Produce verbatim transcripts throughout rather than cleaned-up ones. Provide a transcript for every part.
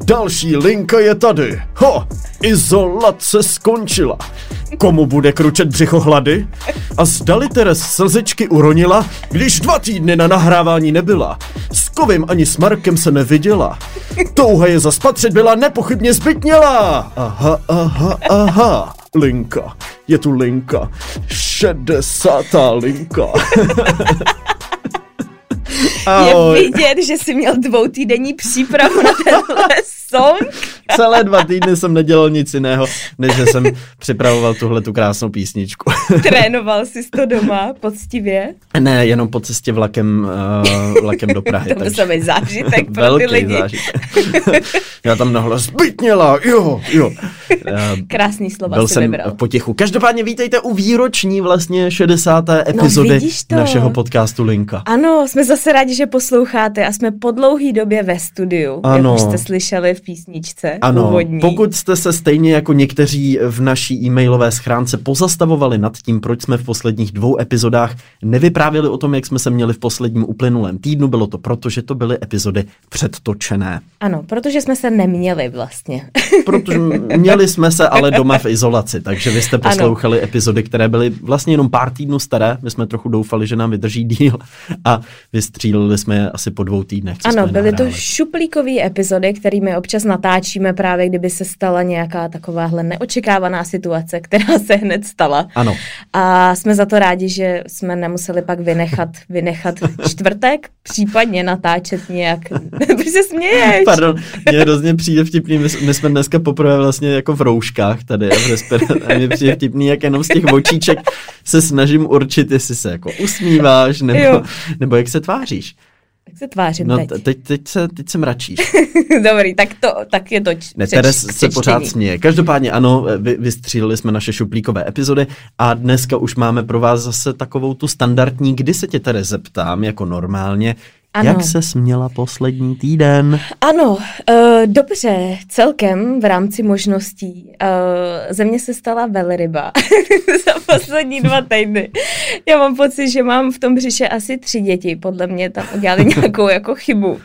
Další linka je tady. Ho, izolace skončila. Komu bude kručet břicho hlady? A zdali Teres slzičky uronila, když dva týdny na nahrávání nebyla. S Kovim ani s Markem se neviděla. Touha je zaspatřit byla nepochybně zbytněla. Aha, aha, aha. Linka. Je tu linka. Šedesátá linka. Je vidět, že jsi měl dvoutýdenní přípravu na tenhle song. Celé dva týdny jsem nedělal nic jiného, než že jsem připravoval tuhle tu krásnou písničku. Trénoval jsi to doma poctivě? Ne, jenom po cestě vlakem, uh, vlakem do Prahy. To musel být zážitek pro velký ty lidi. Zážitek. Já tam nahlas zbytněla, jo, jo. Uh, Krásný slova byl si jsem vybral. potichu. Každopádně vítejte u výroční vlastně šedesáté epizody no, našeho podcastu Linka. Ano, jsme zase rádi, že posloucháte a jsme po dlouhý době ve studiu, ano. jak už jste slyšeli v písničce ano. úvodní. Pokud jste se stejně jako někteří v naší e-mailové schránce pozastavovali nad tím, proč jsme v posledních dvou epizodách nevyprávěli o tom, jak jsme se měli v posledním uplynulém týdnu, bylo to proto, že to byly epizody předtočené. Ano, protože jsme se neměli vlastně. Protože měli jsme se ale doma v izolaci, takže vy jste poslouchali ano. epizody, které byly vlastně jenom pár týdnů staré. My jsme trochu doufali, že nám vydrží díl a vystříleli jsme je asi po dvou týdnech. Ano, byly to šuplíkové epizody, kterými občas natáčíme právě, kdyby se stala nějaká takováhle neočekávaná situace, která se hned stala. Ano. A jsme za to rádi, že jsme nemuseli pak vynechat, vynechat čtvrtek, případně natáčet nějak. Proč se směješ? Pardon, mě hrozně přijde vtipný, my, my jsme dneska poprvé vlastně jako v rouškách tady a v respirátoru. A mě přijde vtipný, jak jenom z těch očíček se snažím určit, jestli se jako usmíváš, nebo, nebo jak se tváříš. Jak se tvářím no, teď? teď, teď, se, teď se mračíš. Dobrý, tak, to, tak je to č- Ne, Teres se pořád směje. Každopádně ano, vy, vystříleli jsme naše šuplíkové epizody a dneska už máme pro vás zase takovou tu standardní, kdy se tě Teres zeptám, jako normálně, ano. Jak se směla poslední týden? Ano, uh, dobře, celkem v rámci možností. Uh, ze mě se stala velryba za poslední dva týdny. Já mám pocit, že mám v tom břiše asi tři děti, podle mě tam udělali nějakou jako chybu.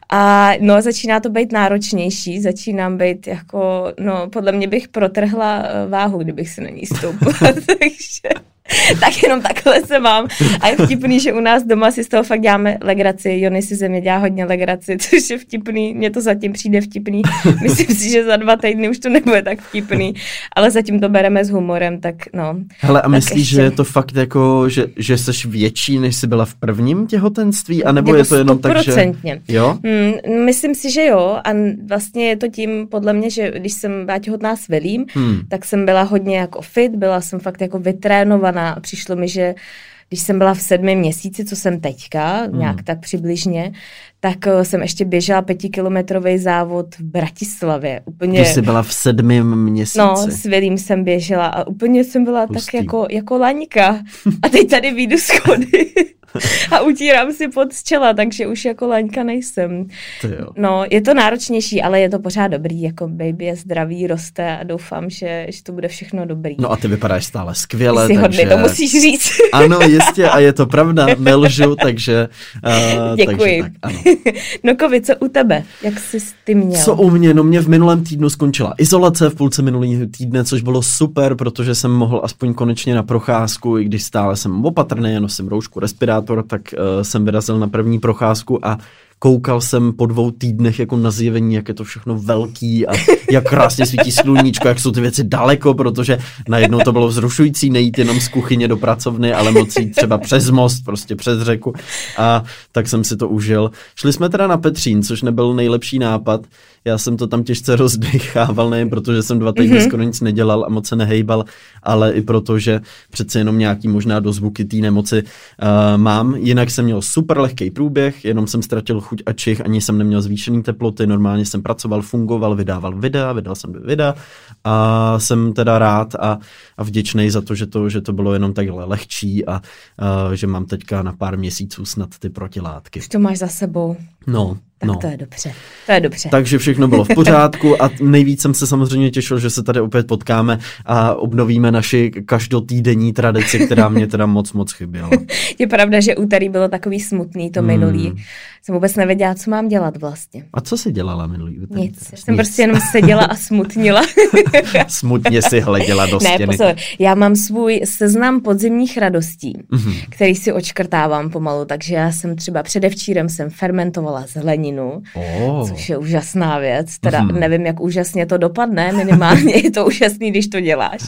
A no, začíná to být náročnější, začínám být jako, no, podle mě bych protrhla váhu, kdybych se na ní stoupila, takže... Tak jenom takhle se mám. A je vtipný, že u nás doma si z toho fakt děláme legraci. Jony si ze mě dělá hodně legraci, což je vtipný. Mně to zatím přijde vtipný. Myslím si, že za dva týdny už to nebude tak vtipný. Ale zatím to bereme s humorem, tak no. Hele, a myslíš, ještě... že je to fakt jako, že, že jsi větší, než jsi byla v prvním těhotenství? A nebo jako je to jenom tak, že... Jo? Hmm, myslím si, že jo. A vlastně je to tím, podle mě, že když jsem byla těhotná s Vilím, hmm. tak jsem byla hodně jako fit, byla jsem fakt jako vytrénovaná. A přišlo mi, že když jsem byla v sedmém měsíci, co jsem teďka, hmm. nějak tak přibližně, tak jsem ještě běžela pětikilometrový závod v Bratislavě. Úplně... Ty jsi byla v sedmém měsíci. No, s Vilím jsem běžela a úplně jsem byla Pustý. tak jako, jako laňka. A teď tady vyjdu schody a utírám si pod z čela, takže už jako laňka nejsem. No, je to náročnější, ale je to pořád dobrý, jako baby je zdravý, roste a doufám, že, že to bude všechno dobrý. No a ty vypadáš stále skvěle. Jsi takže... hodný, to musíš říct. Ano, jistě, a je to pravda, nelžu, takže... Uh, Děkuji. Takže tak, ano. No Kovi, co u tebe? Jak jsi ty měl? Co u mě? No mě v minulém týdnu skončila izolace v půlce minulého týdne, což bylo super, protože jsem mohl aspoň konečně na procházku, i když stále jsem opatrný, nosím roušku, respirátor, tak uh, jsem vyrazil na první procházku a koukal jsem po dvou týdnech jako na zjevení, jak je to všechno velký a jak krásně svítí sluníčko, jak jsou ty věci daleko, protože najednou to bylo vzrušující nejít jenom z kuchyně do pracovny, ale moc jít třeba přes most, prostě přes řeku a tak jsem si to užil. Šli jsme teda na Petřín, což nebyl nejlepší nápad. Já jsem to tam těžce rozdechával, nejen protože jsem dva týdny mm-hmm. skoro nic nedělal a moc se nehejbal, ale i proto, že přece jenom nějaký možná dozvuky té nemoci uh, mám. Jinak jsem měl super lehký průběh, jenom jsem ztratil chuť a čich, ani jsem neměl zvýšený teploty, normálně jsem pracoval, fungoval, vydával videa, vydal jsem dvě videa a jsem teda rád a, a vděčnej za to, že to, že to bylo jenom takhle lehčí a uh, že mám teďka na pár měsíců snad ty protilátky. Už to máš za sebou. No, tak no. to je dobře, to je dobře. Takže všechno bylo v pořádku a nejvíc jsem se samozřejmě těšil, že se tady opět potkáme a obnovíme naši každotýdenní tradici, která mě teda moc, moc chyběla. Je pravda, že úterý bylo takový smutný, to minulý. Hmm. Jsem vůbec nevěděla, co mám dělat vlastně. A co jsi dělala minulý úterý? Nic, teda? jsem Nic. prostě jenom seděla a smutnila. Smutně si hleděla do stěny. Ne, pozor, já mám svůj seznam podzimních radostí, mm-hmm. který si očkrtávám pomalu, takže já jsem třeba předevčírem jsem fermentovala zeleninu, oh. což je úžasná věc, teda mm-hmm. nevím, jak úžasně to dopadne, minimálně je to úžasný, když to děláš.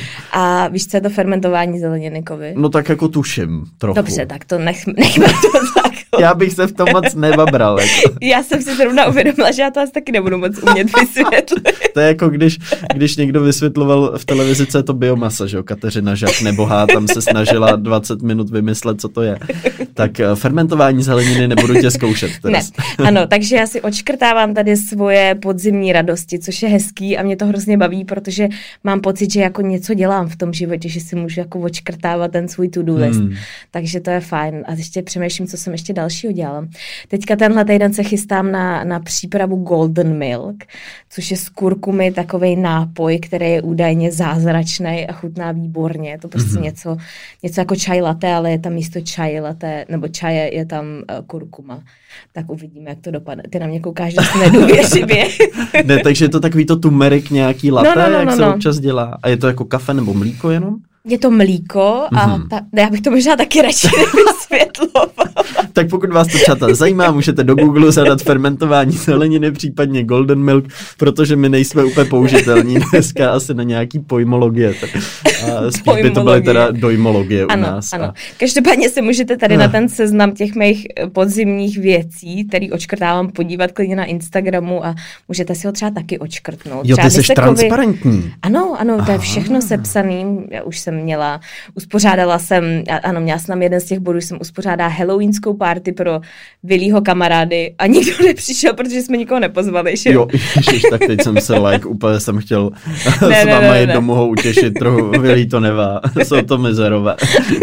A víš, co je to fermentování zeleniny, Kovy? No tak jako tuším trochu. Dobře, tak to nech, nechme to tak. Já bych se v tom moc nebabral. Jako. Já jsem si zrovna uvědomila, že já to asi taky nebudu moc umět vysvětlit. To je jako když, když někdo vysvětloval v televizi, co je to biomasa, že jo, Kateřina Žák nebohá, tam se snažila dvacet minut vymyslet, co to je. Tak fermentování zeleniny nebudu tě zkoušet. Ne, ano, takže já si odškrtávám tady svoje podzimní radosti, což je hezký a mě to hrozně baví, protože mám pocit, že jako něco dělám v tom životě, že si můžu jako odškrtávat ten svůj to-do list. Hmm. Takže to je fajn. A ještě přemýšlím, co jsem ještě dalšího dělala. Teďka tenhle týden se chystám na, na přípravu Golden Milk, což je z kurkumy takovej nápoj, který je údajně zázračný a chutná výborně. Je to prostě mm-hmm. něco, něco jako čaj latte, ale je tam místo čaj latte, nebo čaje je tam uh, kurkuma. Tak uvidíme, jak to dopadne. Ty na mě koukáš dost nedůvěřivě. Ne, takže je to takový to turmeric nějaký latte, no, no, no, jak no, se no. občas dělá. A je to jako kafe nebo mlíko jenom? Je to mlíko a mm-hmm. ta, já bych to možná taky radši nevysvětlovala. Tak pokud vás to přátelé zajímá, můžete do Google zadat fermentování zeleniny, případně Golden Milk, protože my nejsme úplně použitelní dneska asi na nějaký pojmologie. Tak, a spíš by to byly teda dojmologie ano, u nás. Ano. A... Každopádně se můžete tady no. na ten seznam těch mých podzimních věcí, který očkrtávám, podívat klidně na Instagramu a můžete si ho třeba taky očkrtnout. Jo, ty jsi transparentní. Ano, ano, to je všechno sepsaný. Já už jsem měla, uspořádala jsem, ano, měla jsem tam jeden z těch bodů, jsem uspořádala halloweenskou party pro Vilího kamarády a nikdo nepřišel, protože jsme nikoho nepozvali, že? Jo, ježiš, tak teď jsem se like, úplně jsem chtěl ne, s ne, váma ne, jednou ne. mohou utěšit trochu, Vilí to nevá, jsou to mizerové.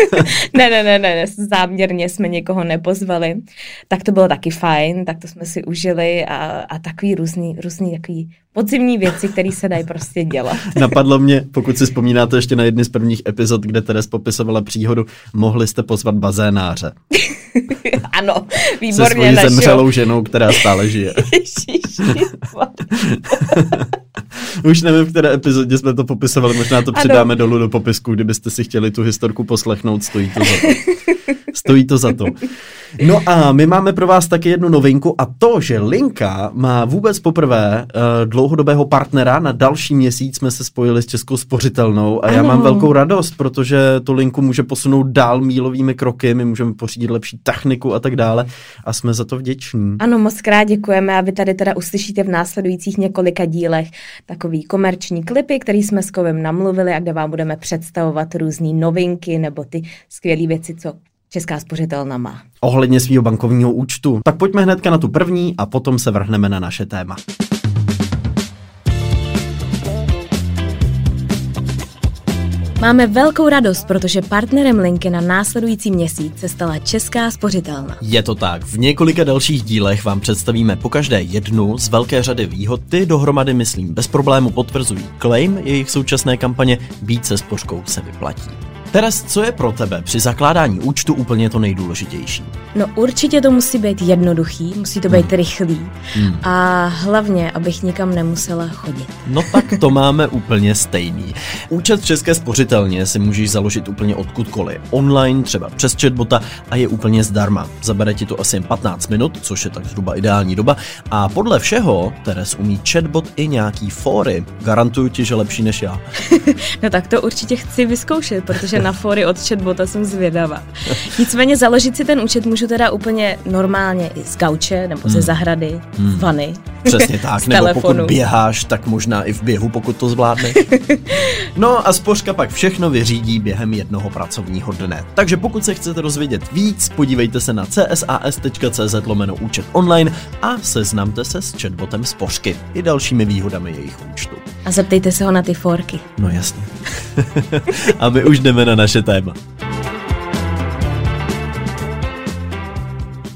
ne, ne, ne, ne, záměrně jsme někoho nepozvali, tak to bylo taky fajn, tak to jsme si užili a, a takový různý, různý takový podzimní věci, které se dají prostě dělat. Napadlo mě, pokud si vzpomínáte ještě na jedny z prvních epizod, kde Teres popisovala příhodu, mohli jste pozvat bazénáře. Ano, výborně. Se svojí zemřelou ženou, která stále žije. Už nevím, v které epizodě jsme to popisovali, možná to přidáme ano. dolů do popisku, kdybyste si chtěli tu historku poslechnout, stojí to za to. Stojí to za to. No a my máme pro vás taky jednu novinku a to, že Linka má vůbec poprvé uh, dlouhodobého partnera, na další měsíc jsme se spojili s Českou spořitelnou a ano. já mám velkou radost, protože tu Linku může posunout dál mílovými kroky, my můžeme pořídit lepší techniku a tak dále a jsme za to vděční. Ano, moc krát děkujeme a vy tady teda uslyšíte v následujících několika dílech takový komerční klipy, který jsme s Kovem namluvili a kde vám budeme představovat různý novinky nebo ty skvělé věci, co Česká spořitelna má. Ohledně svého bankovního účtu. Tak pojďme hnedka na tu první a potom se vrhneme na naše téma. Máme velkou radost, protože partnerem Linky na následující měsíc se stala Česká spořitelna. Je to tak. V několika dalších dílech vám představíme pokaždé jednu z velké řady výhod. Ty dohromady, myslím, bez problému potvrzují claim jejich současné kampaně Být se spořkou se vyplatí. Teres, co je pro tebe při zakládání účtu úplně to nejdůležitější? No určitě to musí být jednoduchý, musí to být hmm. rychlý hmm. a hlavně, abych nikam nemusela chodit. No tak to máme úplně stejný. Účet v České spořitelně si můžeš založit úplně odkudkoliv. Online, třeba přes chatbota a je úplně zdarma. Zabere ti to asi jen patnáct minut, což je tak zhruba ideální doba. A podle všeho Teres umí chatbot i nějaký fóry. Garantuju ti, že lepší než já. No tak to určitě chci vyzkoušet, protože na fóry od chatbota jsem zvědavá. Nicméně založit si ten účet můžu teda úplně normálně i z gauče, nebo hmm. ze zahrady, hmm. z vany. Přesně tak, nebo telefonu. Pokud běháš, tak možná i v běhu, pokud to zvládneš. No a spořka pak všechno vyřídí během jednoho pracovního dne. Takže pokud se chcete dozvědět víc, podívejte se na csas.cz lomeno účet online a seznamte se s chatbotem spořky i dalšími výhodami jejich účtu. A zeptejte se ho na ty fórky. No jasně. A my už jdeme na naše téma.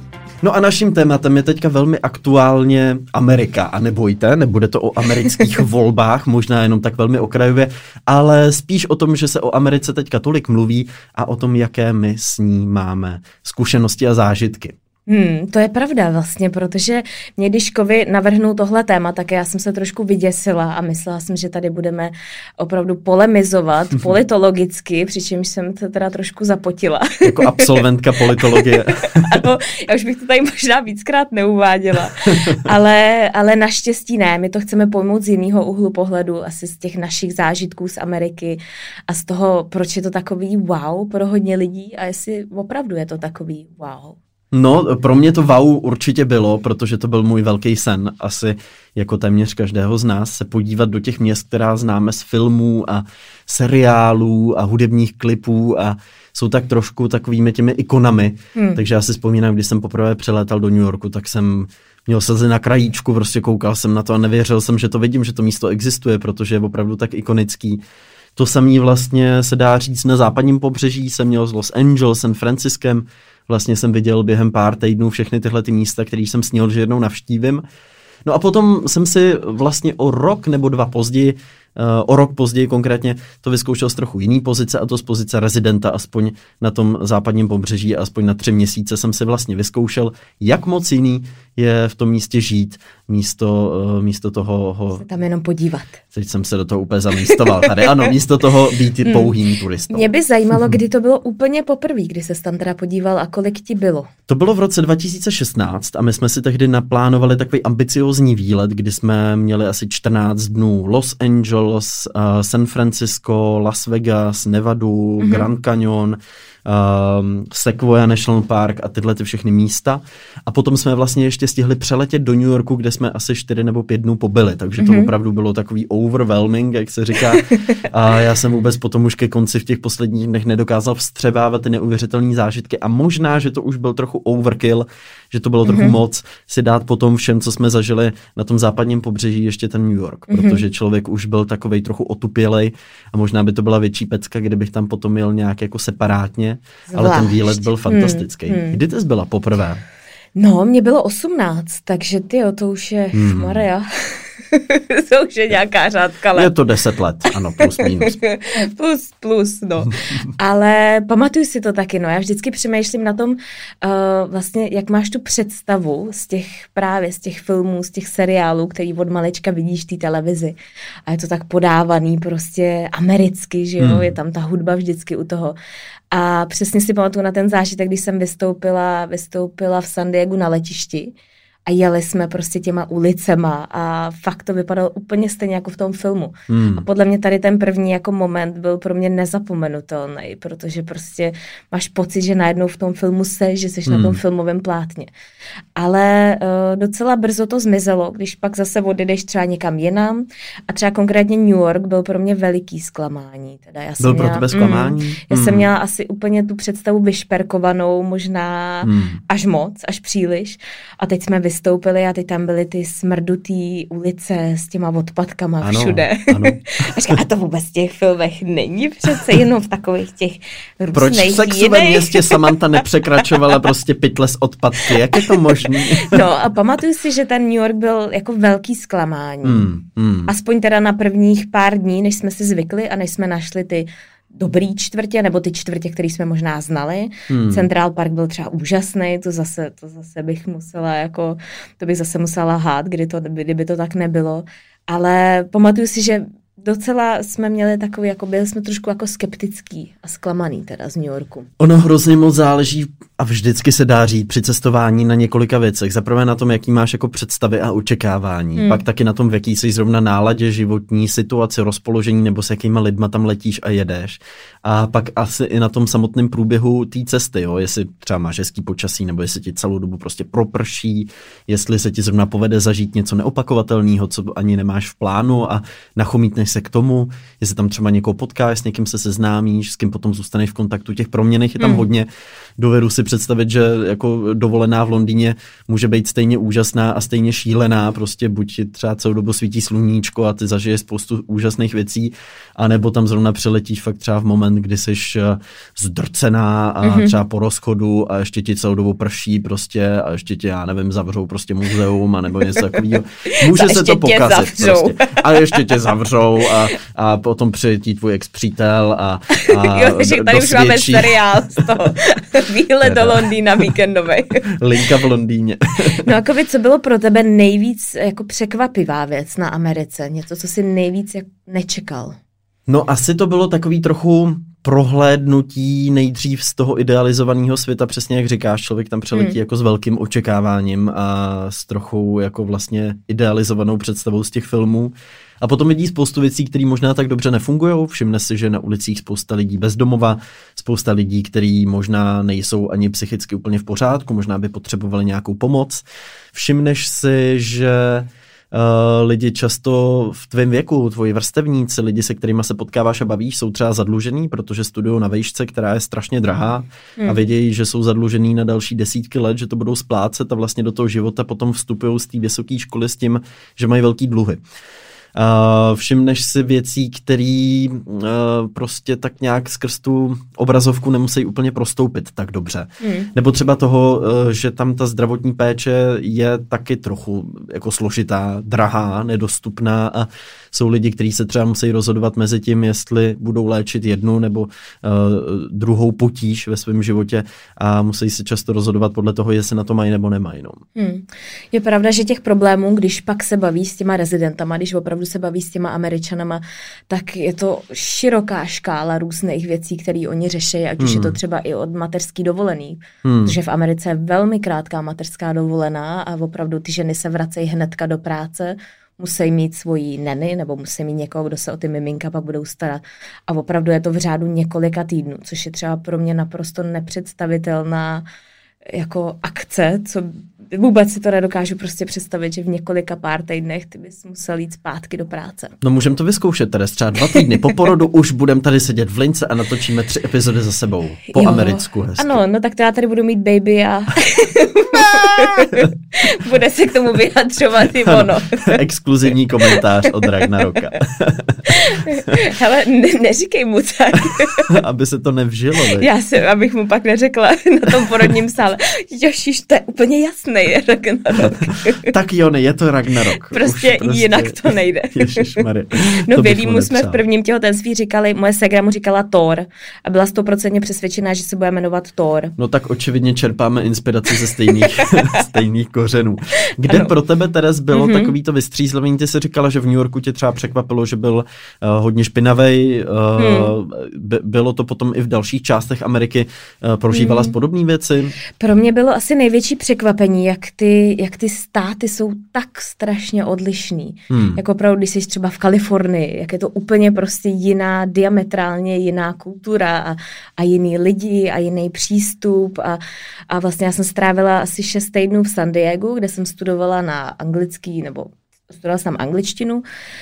No a naším tématem je teďka velmi aktuálně Amerika. A nebojte, nebude to o amerických volbách, možná jenom tak velmi okrajově, ale spíš o tom, že se o Americe teďka tolik mluví a o tom, jaké my s ní máme zkušenosti a zážitky. Hmm, to je pravda vlastně, protože mě když Kovy navrhnul tohle téma, tak já jsem se trošku vyděsila a myslela jsem, že tady budeme opravdu polemizovat politologicky, přičemž jsem to teda trošku zapotila. Jako absolventka politologie. Ano, já už bych to tady možná víckrát neuváděla, ale, ale naštěstí ne, my to chceme pojmout z jiného úhlu pohledu, asi z těch našich zážitků z Ameriky a z toho, proč je to takový wow pro hodně lidí a jestli opravdu je to takový wow. No, pro mě to wow určitě bylo, protože to byl můj velký sen, asi jako téměř každého z nás, se podívat do těch měst, která známe z filmů a seriálů a hudebních klipů a jsou tak trošku takovými těmi ikonami. Hmm. Takže já si vzpomínám, když jsem poprvé přilétal do New Yorku, tak jsem měl slzy na krajíčku, prostě koukal jsem na to a nevěřil jsem, že to vidím, že to místo existuje, protože je opravdu tak ikonický. To samý vlastně se dá říct na západním pobřeží, jsem měl z Los Angeles, San Franciskem, vlastně jsem viděl během pár týdnů všechny tyhle ty místa, které jsem snil, že jednou navštívím. No a potom jsem si vlastně o rok nebo dva později, uh, o rok později konkrétně to vyzkoušel z trochu jiný pozice, a to z pozice rezidenta, aspoň na tom západním pobřeží, aspoň na tři měsíce jsem si vlastně vyzkoušel, jak moc jiný je v tom místě žít, místo, uh, místo toho... Ho... Se tam jenom podívat. Teď jsem se do toho úplně zamístoval tady. Ano, místo toho být hmm. pouhým turistou. Mě by zajímalo, kdy to bylo úplně poprvé, kdy ses tam teda podíval a kolik ti bylo. To bylo v roce dva tisíce šestnáct a my jsme si tehdy naplánovali takový ambiciózní výlet, kdy jsme měli asi čtrnáct dnů Los Angeles, uh, San Francisco, Las Vegas, Nevadu, mm-hmm. Grand Canyon, Um, Sequoia National Park a tyhle ty všechny místa. A potom jsme vlastně ještě stihli přeletět do New Yorku, kde jsme asi čtyři nebo pět dnů pobyli, takže to mm-hmm. opravdu bylo takový overwhelming, jak se říká. A já jsem vůbec potom už ke konci v těch posledních dnech nedokázal vstřebávat ty neuvěřitelné zážitky a možná, že to už byl trochu overkill, že to bylo mm-hmm. trochu moc si dát potom všem, co jsme zažili na tom západním pobřeží, ještě ten New York, mm-hmm. protože člověk už byl takovej trochu otupělej a možná by to byla větší pecka, kdybych tam potom jel nějak jako separátně. Zvlášť. Ale ten výlet byl fantastický. Hmm, hmm. Kdy jsi byla poprvé? No, mě bylo osmnáct, takže tyjo, to už je hmm. Maria. To už je nějaká řádka let. Je to deset let, ano, plus minus. plus, plus, no. Ale pamatuju si to taky, no. Já vždycky přemýšlím na tom, uh, vlastně, jak máš tu představu z těch právě, z těch filmů, z těch seriálů, který od malička vidíš v té televizi. A je to tak podávaný prostě americky, že jo, hmm. je tam ta hudba vždycky u toho. A přesně si pamatuju na ten zážitek, když jsem vystoupila, vystoupila v San Diegu na letišti. A jeli jsme prostě těma ulicema a fakt to vypadalo úplně stejně jako v tom filmu. Hmm. A podle mě tady ten první jako moment byl pro mě nezapomenutelný, protože prostě máš pocit, že najednou v tom filmu seš, že seš hmm. na tom filmovém plátně. Ale uh, docela brzo to zmizelo, když pak zase odjedeš třeba někam jinam a třeba konkrétně New York byl pro mě veliký zklamání. Teda já byl měla, pro tebe zklamání? Mm, já hmm. jsem měla asi úplně tu představu vyšperkovanou, možná hmm. až moc, až příliš. A teď jsme vystoupili a teď tam byly ty smrdutý ulice s těma odpadkama ano, všude. Ano. A, říká, a to vůbec v těch filmech není přece jenom v takových těch různých Proč v Sexu ve městě Samantha nepřekračovala prostě pytle s odpadky? Jak je to možné? No a pamatuju si, že ten New York byl jako velký zklamání. Mm, mm. Aspoň teda na prvních pár dní, než jsme si zvykli a než jsme našli ty dobrý čtvrtě, nebo ty čtvrtě, které jsme možná znali. Hmm. Central Park byl třeba úžasný, to zase, to zase bych musela jako, to bych zase musela lhát, kdy to, kdyby to tak nebylo. Ale pamatuju si, že docela jsme měli takový, jako byli jsme trošku jako skeptický a zklamaný teda z New Yorku. Ono hrozně moc záleží a vždycky se dá říct při cestování na několika věcech. Zaprvé na tom, jaký máš jako představy a očekávání. Hmm. Pak taky na tom, v jaký jsi zrovna náladě, životní situaci, rozpoložení nebo s jakýma lidma tam letíš a jedeš. A pak asi i na tom samotném průběhu té cesty, jo? Jestli třeba máš hezký počasí nebo jestli ti celou dobu prostě proprší, jestli se ti zrovna povede zažít něco neopakovatelného, co ani nemáš v plánu a nachomítneš se k tomu, jestli tam třeba někoho potkáš, s někým se seznámíš, s kým potom zůstaneš v kontaktu, těch proměnných je tam hmm. hodně. Dovedu si představit, že jako dovolená v Londýně může být stejně úžasná a stejně šílená, prostě buď ti třeba celou dobu svítí sluníčko a ty zažiješ spoustu úžasných věcí, anebo tam zrovna přiletíš fakt třeba v moment, kdy jsi zdrcená a mm-hmm. třeba po rozchodu a ještě ti celou dobu prší prostě a ještě tě, já nevím, zavřou prostě muzeum a nebo něco takového. Může se to pokazit prostě. A ještě tě zavřou a, a potom přiletí tvůj ex-přítel a, a jo, takže tady už máme seriál z toho. Výlet do Londýna víkendovej. Linka v Londýně. No jako by, co bylo pro tebe nejvíc jako překvapivá věc na Americe? Něco, co jsi nejvíc jak nečekal? No asi to bylo takový trochu prohlédnutí nejdřív z toho idealizovaného světa, přesně jak říkáš, člověk tam přeletí hmm. jako s velkým očekáváním a s trochou jako vlastně idealizovanou představou z těch filmů. A potom vidí spoustu věcí, které možná tak dobře nefungujou. Všimne si, že na ulicích spousta lidí bez domova, spousta lidí, kteří možná nejsou ani psychicky úplně v pořádku, možná by potřebovali nějakou pomoc. Všimneš si, že Uh, lidi často v tvém věku, tvoji vrstevníci, lidi, se kterými se potkáváš a bavíš, jsou třeba zadlužený, protože studují na vejšce, která je strašně drahá hmm. a vědějí, že jsou zadlužený na další desítky let, že to budou splácet a vlastně do toho života potom vstupují z té vysoké školy s tím, že mají velký dluhy. Uh, všimneš si věcí, které uh, prostě tak nějak skrz tu obrazovku nemusí úplně prostoupit tak dobře. Hmm. Nebo třeba toho, uh, že tam ta zdravotní péče je taky trochu jako složitá, drahá, nedostupná a jsou lidi, kteří se třeba musí rozhodovat mezi tím, jestli budou léčit jednu nebo uh, druhou potíž ve svém životě a musí se často rozhodovat podle toho, jestli na to mají nebo nemají. No. Hmm. Je pravda, že těch problémů, když pak se baví s těma rezidentama, když opravdu se baví s těma Američanama, tak je to široká škála různých věcí, které oni řeší, ať už hmm. je to třeba i od mateřský dovolený, hmm. protože v Americe je velmi krátká mateřská dovolená a opravdu ty ženy se vracejí hnedka do práce, musí mít svoji neny nebo musí mít někoho, kdo se o ty miminka pak budou starat. A opravdu je to v řádu několika týdnů, což je třeba pro mě naprosto nepředstavitelná jako akce, co vůbec si to nedokážu prostě představit, že v několika pár týdnech ty bys musel jít zpátky do práce. No můžeme to vyzkoušet, Teres, třeba dva týdny po porodu už budeme tady sedět v lince a natočíme tři epizody za sebou. Po jo. americku hezky. Ano, no tak to já tady budu mít baby a bude se k tomu vyjadřovat i ono. Exkluzivní komentář od Ragnaroka. Hele, ne- neříkej mu tak. Aby se to nevžilo. Já se, abych mu pak neřekla na tom porodním sále. Jožiš, to je úplně jasný Ragnarok. Tak jo, ne, je to Ragnarok. Prostě, prostě jinak to nejde. Ježišmarja. No Bělýmu jsme v prvním těhotenství říkali, moje ségra mu říkala Thor a byla stoprocentně přesvědčená, že se bude jmenovat Thor. No tak očividně čerpáme inspiraci ze stejných, stejných kořenů. Kde ano. pro tebe, Teres, bylo mm-hmm. takový to vystřízlivění? Ty jsi říkala, že v New Yorku tě třeba překvapilo, že byl uh, hodně špinavej. Uh, hmm. by, bylo to potom i v dalších částech Ameriky. Uh, prožívala hmm. podobné věci? Pro mě bylo asi největší překvapení, jak ty, jak ty státy jsou tak strašně odlišný. Hmm. Jako opravdu, když jsi třeba v Kalifornii, jak je to úplně prostě jiná, diametrálně jiná kultura a, a jiný lidi a jiný přístup. A, a vlastně já jsem strávila asi šest týdnů v San Diegu, kde jsem studovala na anglický, nebo studovala jsem angličtinu.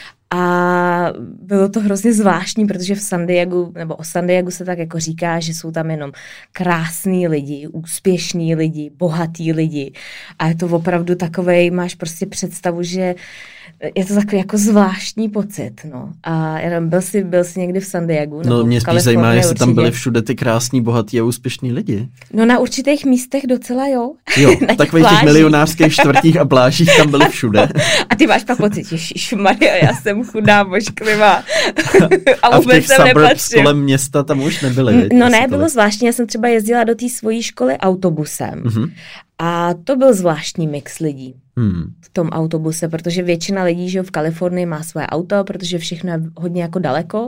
A bylo to hrozně zvláštní, protože v San Diegu, nebo o San Diegu se tak jako říká, že jsou tam jenom krásní lidi, úspěšní lidi, bohatí lidi. A je to opravdu takovej, máš prostě představu, že je to takový jako zvláštní pocit, no. A já nevím, byl jsi, byl jsi někdy v San Diegu? No mě spíš zajímá, jestli tam byli všude ty krásní, bohatí a úspěšní lidi. No na určitých místech docela jo. Jo, takových těch milionářských čtvrtích a plážích tam byli všude. A ty máš pak pocit, ježišmarja, já jsem chudá, božklivá. A, a v těch suburbs kolem města tam už nebyly. No ne, bylo zvláštní, já jsem třeba jezdila do té svojí školy autobusem. Mm-hmm. A to byl zvláštní mix lidí hmm. v tom autobuse, protože většina lidí, že v Kalifornii má své auto, protože všechno je hodně jako daleko.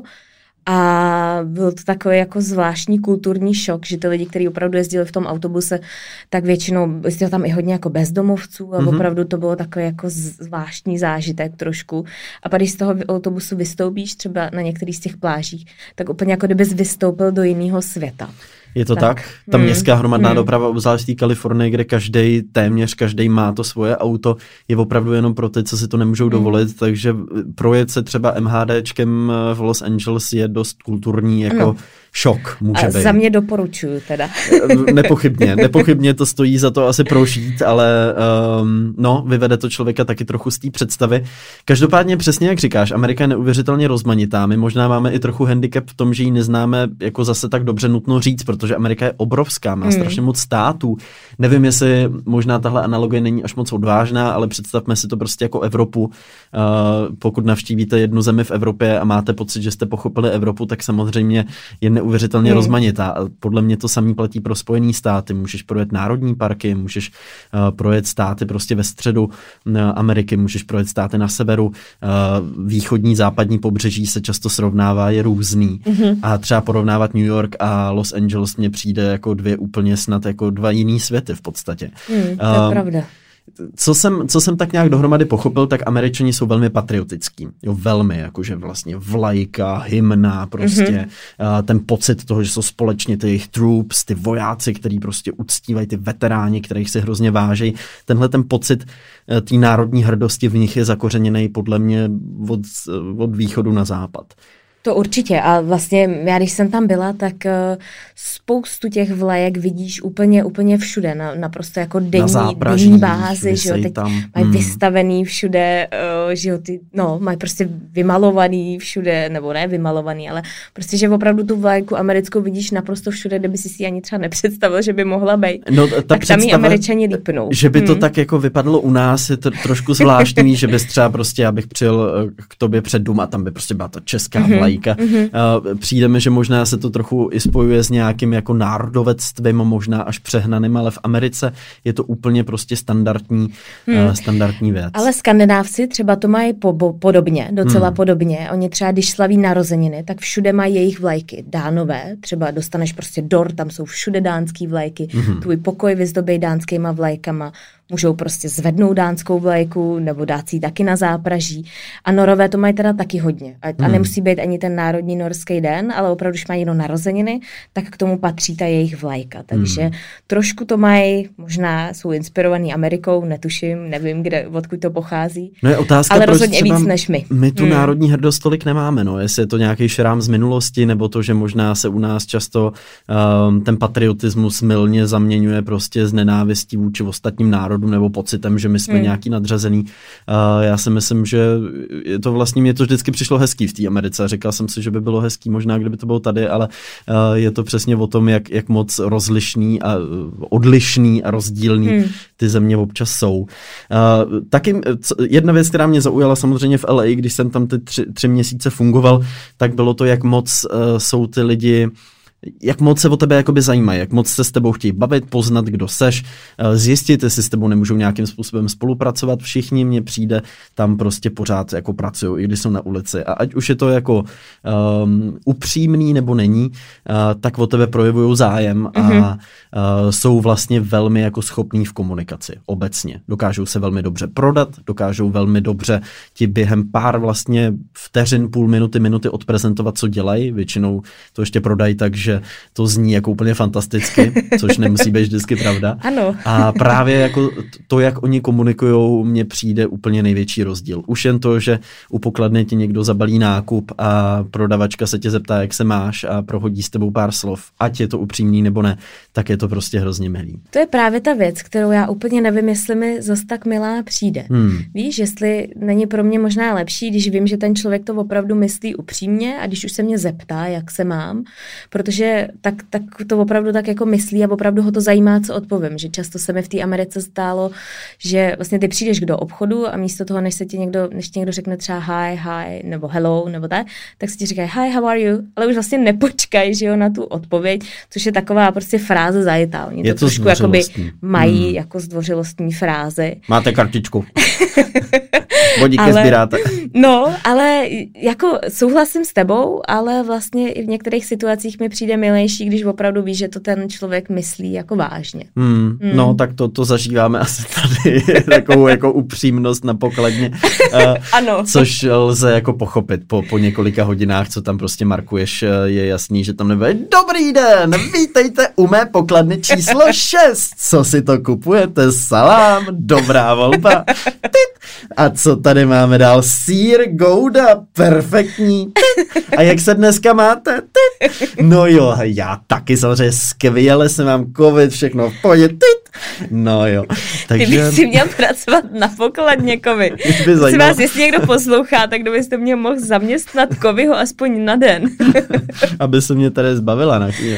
A byl to takový jako zvláštní kulturní šok, že ty lidi, kteří opravdu jezdili v tom autobuse, tak většinou jezdili tam i hodně jako bezdomovců a mm-hmm. opravdu to bylo takový jako zvláštní zážitek trošku. A pak když z toho autobusu vystoupíš třeba na některých z těch plážích, tak úplně jako kdybys vystoupil do jiného světa. Je to tak? tak? Ta hmm. městská hromadná hmm. doprava, obzvlášť v té Kalifornii, kde každej, téměř každej má to svoje auto, je opravdu jenom pro ty, co si to nemůžou hmm. dovolit, takže projet se třeba MHDčkem v Los Angeles je dost kulturní, jako ano. šok může a být. Za mě doporučuju teda. Nepochybně, nepochybně to stojí za to asi prožít, ale um, no, vyvede to člověka taky trochu z té představy. Každopádně přesně jak říkáš, Amerika je neuvěřitelně rozmanitá. My možná máme i trochu handicap v tom, že ji neznáme jako zase tak dobře nutno říct, protože Amerika je obrovská, má hmm. strašně moc států. Nevím, jestli možná tahle analogie není až moc odvážná, ale představme si to prostě jako Evropu. Uh, pokud navštívíte jednu zemi v Evropě a máte pocit, že jste pochopili Evropu, tak samozřejmě je neuvěřitelně hmm. rozmanitá. A podle mě to samý platí pro Spojené státy. Můžeš projet národní parky, můžeš uh, projet státy prostě ve středu uh, Ameriky, můžeš projet státy na severu. Uh, východní, západní pobřeží se často srovnává, je různý. Hmm. A třeba porovnávat New York a Los Angeles mně přijde jako dvě úplně snad jako dva jiný světy v podstatě. Hmm, to je uh, pravda. Co jsem, co jsem tak nějak dohromady pochopil, tak Američani jsou velmi patriotický. Jo, velmi, jakože vlastně vlajka, hymna, prostě mm-hmm. ten pocit toho, že jsou společně ty jejich troops, ty vojáci, který prostě uctívají, ty veteráni, kterých si hrozně vážejí. Tenhle ten pocit té národní hrdosti v nich je zakořeněný podle mě od, od východu na západ. To určitě a vlastně já, když jsem tam byla, tak uh, spoustu těch vlajek vidíš úplně, úplně všude, na, naprosto jako denní, denní bázi, že jo, teď tam. mají hmm. vystavený všude, uh, že jo, ty, no, mají prostě vymalovaný všude, nebo ne vymalovaný, ale prostě, že opravdu tu vlajku americkou vidíš naprosto všude, kde by si si ani třeba nepředstavil, že by mohla být, no, ta tak tam ji Američani lípnou. Že by to hmm. tak jako vypadalo u nás, je to trošku zvláštní, že bys třeba prostě, já bych přijel k tobě před dům a tam by prostě byla ta česká hmm. vlajka. Mm-hmm. Přijde mi, že možná se to trochu i spojuje s nějakým jako národovectvím, možná až přehnaným, ale v Americe je to úplně prostě standardní, hmm. uh, standardní věc. Ale Skandinávci třeba to mají po, po, podobně, docela hmm. podobně. Oni třeba, když slaví narozeniny, tak všude mají jejich vlajky. Dánové, třeba dostaneš prostě dort, tam jsou všude dánský vlajky. Hmm. Tvůj pokoj vyzdobí dánskýma vlajkama. Můžou prostě zvednout dánskou vlajku nebo dát si ji taky na zápraží. A Norové to mají teda taky hodně. A, hmm. a nemusí být ani ten národní norský den, ale opravdu, když mají jenom narozeniny, tak k tomu patří ta jejich vlajka. Takže hmm. trošku to mají, možná jsou inspirovaný Amerikou, netuším, nevím, kde, odkud to pochází. No je otázka, ale rozhodně víc než my. My tu hmm. národní hrdost tolik nemáme, no. Jestli je to nějaký šrám z minulosti, nebo to, že možná se u nás často um, ten patriotismus mylně zaměňuje prostě z nenávistí vůči ostatním národům nebo pocitem, že my jsme hmm. nějaký nadřazený. Uh, já si myslím, že je to vlastně, mě to vždycky přišlo hezký v té Americe. Říkal jsem si, že by bylo hezký možná, kdyby to bylo tady, ale uh, je to přesně o tom, jak, jak moc rozlišný a odlišný a rozdílný hmm. ty země občas jsou. Uh, taky jedna věc, která mě zaujala samozřejmě v L A, když jsem tam ty tři, tři měsíce fungoval, tak bylo to, jak moc uh, jsou ty lidi, jak moc se o tebe jakoby zajímají, jak moc se s tebou chtějí bavit, poznat, kdo seš, zjistit, jestli s tebou nemůžou nějakým způsobem spolupracovat. Všichni mně přijde, tam prostě pořád jako pracují, i když jsou na ulici. A ať už je to jako um, upřímný nebo není, uh, tak o tebe projevují zájem a mm-hmm. uh, jsou vlastně velmi jako schopní v komunikaci obecně. Dokážou se velmi dobře prodat, dokážou velmi dobře ti během pár vlastně vteřin, půl minuty, minuty odprezentovat, co dělají. Většinou to ještě prodají tak, že to zní jako úplně fantasticky, což nemusí být vždycky pravda. Ano. A právě jako to, jak oni komunikujou, mně přijde úplně největší rozdíl. Už jen to, že u pokladny ti někdo zabalí nákup a prodavačka se tě zeptá, jak se máš a prohodí s tebou pár slov, ať je to upřímný nebo ne, tak je to prostě hrozně milý. To je právě ta věc, kterou já úplně nevím, jestli mi zas tak milá přijde. Hmm. Víš, jestli není pro mě možná lepší, když vím, že ten člověk to opravdu myslí upřímně a když už se mě zeptá, jak se mám, protože tak, tak to opravdu tak jako myslí a opravdu ho to zajímá, co odpovím. Že často se mi v té Americe stálo, že vlastně ty přijdeš do obchodu a místo toho, než se ti někdo, než ti někdo řekne třeba hi, hi, nebo hello, nebo tak, tak se ti říkají hi, how are you? Ale už vlastně nepočkají, že jo, na tu odpověď, což je taková prostě fráze zajetá. Oni je to, to trošku jakoby mají hmm. jako zdvořilostní frázy. Máte kartičku. Bodíky ale, sbíráte. No, ale jako souhlasím s tebou, ale vlastně i v některých situacích mi přijde milejší, když opravdu víš, že to ten člověk myslí jako vážně. Hmm, hmm. No, tak to, to zažíváme asi tady, takovou jako upřímnost na pokladně. Uh, ano. Což lze jako pochopit po, po několika hodinách, co tam prostě markuješ, je jasný, že tam nebude dobrý den, vítejte u mé pokladny číslo šest. Co si to kupujete? Salám, dobrá volba. A co tady máme dál? Sýr, gouda, perfektní. A jak se dneska máte? No jo, já taky samozřejmě skvěle, se mám covid, všechno v pohodě. No jo. Takže... Ty bych si měl pracovat na pokladně kovy. Prosím vás, jestli někdo poslouchá, tak kdybyste mě mohl zaměstnat kovyho aspoň na den. Aby se mě tady zbavila na chvíli.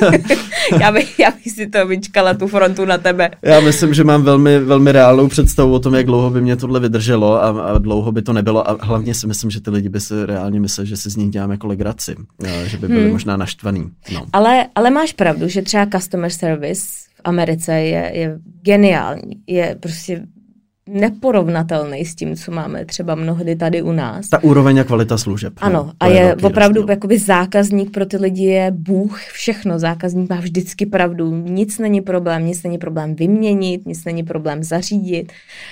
já, bych, já bych si to vyčkala, tu frontu na tebe. Já myslím, že mám velmi, velmi reálnou představu o tom, jak dlouho by mě tohle vydrželo a, a dlouho by to nebylo. A hlavně si myslím, že ty lidi by si reálně mysleli, že si z nich děláme jako legraci. Že by byli hmm. možná naštvaný. No. Ale, ale máš pravdu, že třeba customer service v Americe je, je geniální. Je prostě neporovnatelný s tím, co máme třeba mnohdy tady u nás. Ta úroveň a kvalita služeb. Ano, no, a je, je opravdu jakoby zákazník pro ty lidi je bůh, všechno. Zákazník má vždycky pravdu. Nic není problém, nic není problém vyměnit, nic není problém zařídit.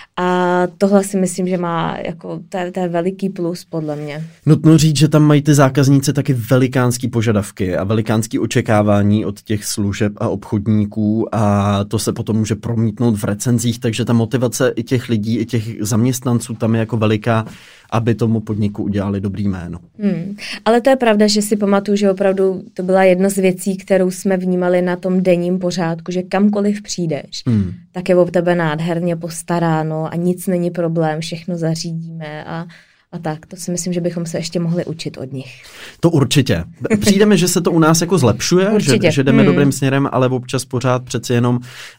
A tohle si myslím, že má jako, to je, to je veliký plus podle mě. Nutno říct, že tam mají ty zákazníci taky velikánský požadavky a velikánský očekávání od těch služeb a obchodníků a to se potom může promítnout v recenzích, takže ta motivace i těch lidí, i těch zaměstnanců tam je jako veliká, aby tomu podniku udělali dobrý jméno. Hmm. Ale to je pravda, že si pamatuju, že opravdu to byla jedna z věcí, kterou jsme vnímali na tom denním pořádku, že kamkoliv přijdeš, hmm. tak je o tebe nádherně postaráno a nic není problém, všechno zařídíme a A tak, to si myslím, že bychom se ještě mohli učit od nich. To určitě. Přijde mi, že se to u nás jako zlepšuje, že, že jdeme hmm. dobrým směrem, ale občas pořád přeci jenom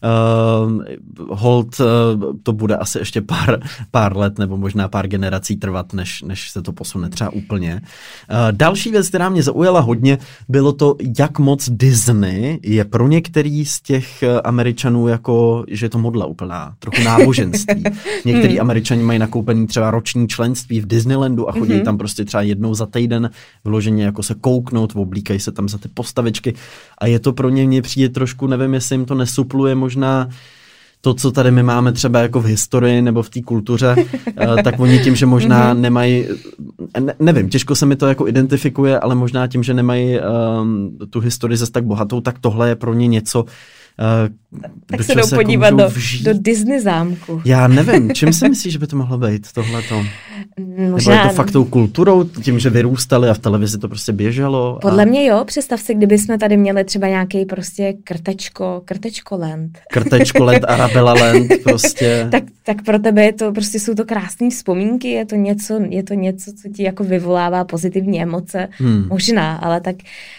uh, hold, uh, to bude asi ještě pár, pár let nebo možná pár generací trvat, než, než se to posune třeba úplně. Uh, další věc, která mě zaujala hodně, bylo to, jak moc Disney je pro některý z těch Američanů jako, že je to modla úplná, trochu náboženství. Některý hmm. Američani mají nakoupený třeba roční členství v Disney Disneylandu a chodí mm-hmm. tam prostě třeba jednou za týden vyloženě jako se kouknout, oblíkají se tam za ty postavičky a je to pro ně, mně přijde trošku, nevím, jestli jim to nesupluje možná to, co tady my máme třeba jako v historii nebo v té kultuře, tak oni tím, že možná mm-hmm. nemají, ne, nevím, těžko se mi to jako identifikuje, ale možná tím, že nemají um, tu historii zase tak bohatou, tak tohle je pro ně něco, Uh, tak se jdou podívat jako do, do Disney zámku. Já nevím, čím si myslíš, že by to mohlo být tohleto? Možná... Nebo je to fakt tou kulturou, tím, že vyrůstali a v televizi to prostě běželo? Podle a... mě jo, představ si, kdyby jsme tady měli třeba nějaký prostě krtečko, krtečko land. Krtečko land, Arabella land, prostě. tak, tak pro tebe je to, prostě jsou to krásné vzpomínky, je to něco, je to něco, co ti jako vyvolává pozitivní emoce. Hmm. Možná, ale tak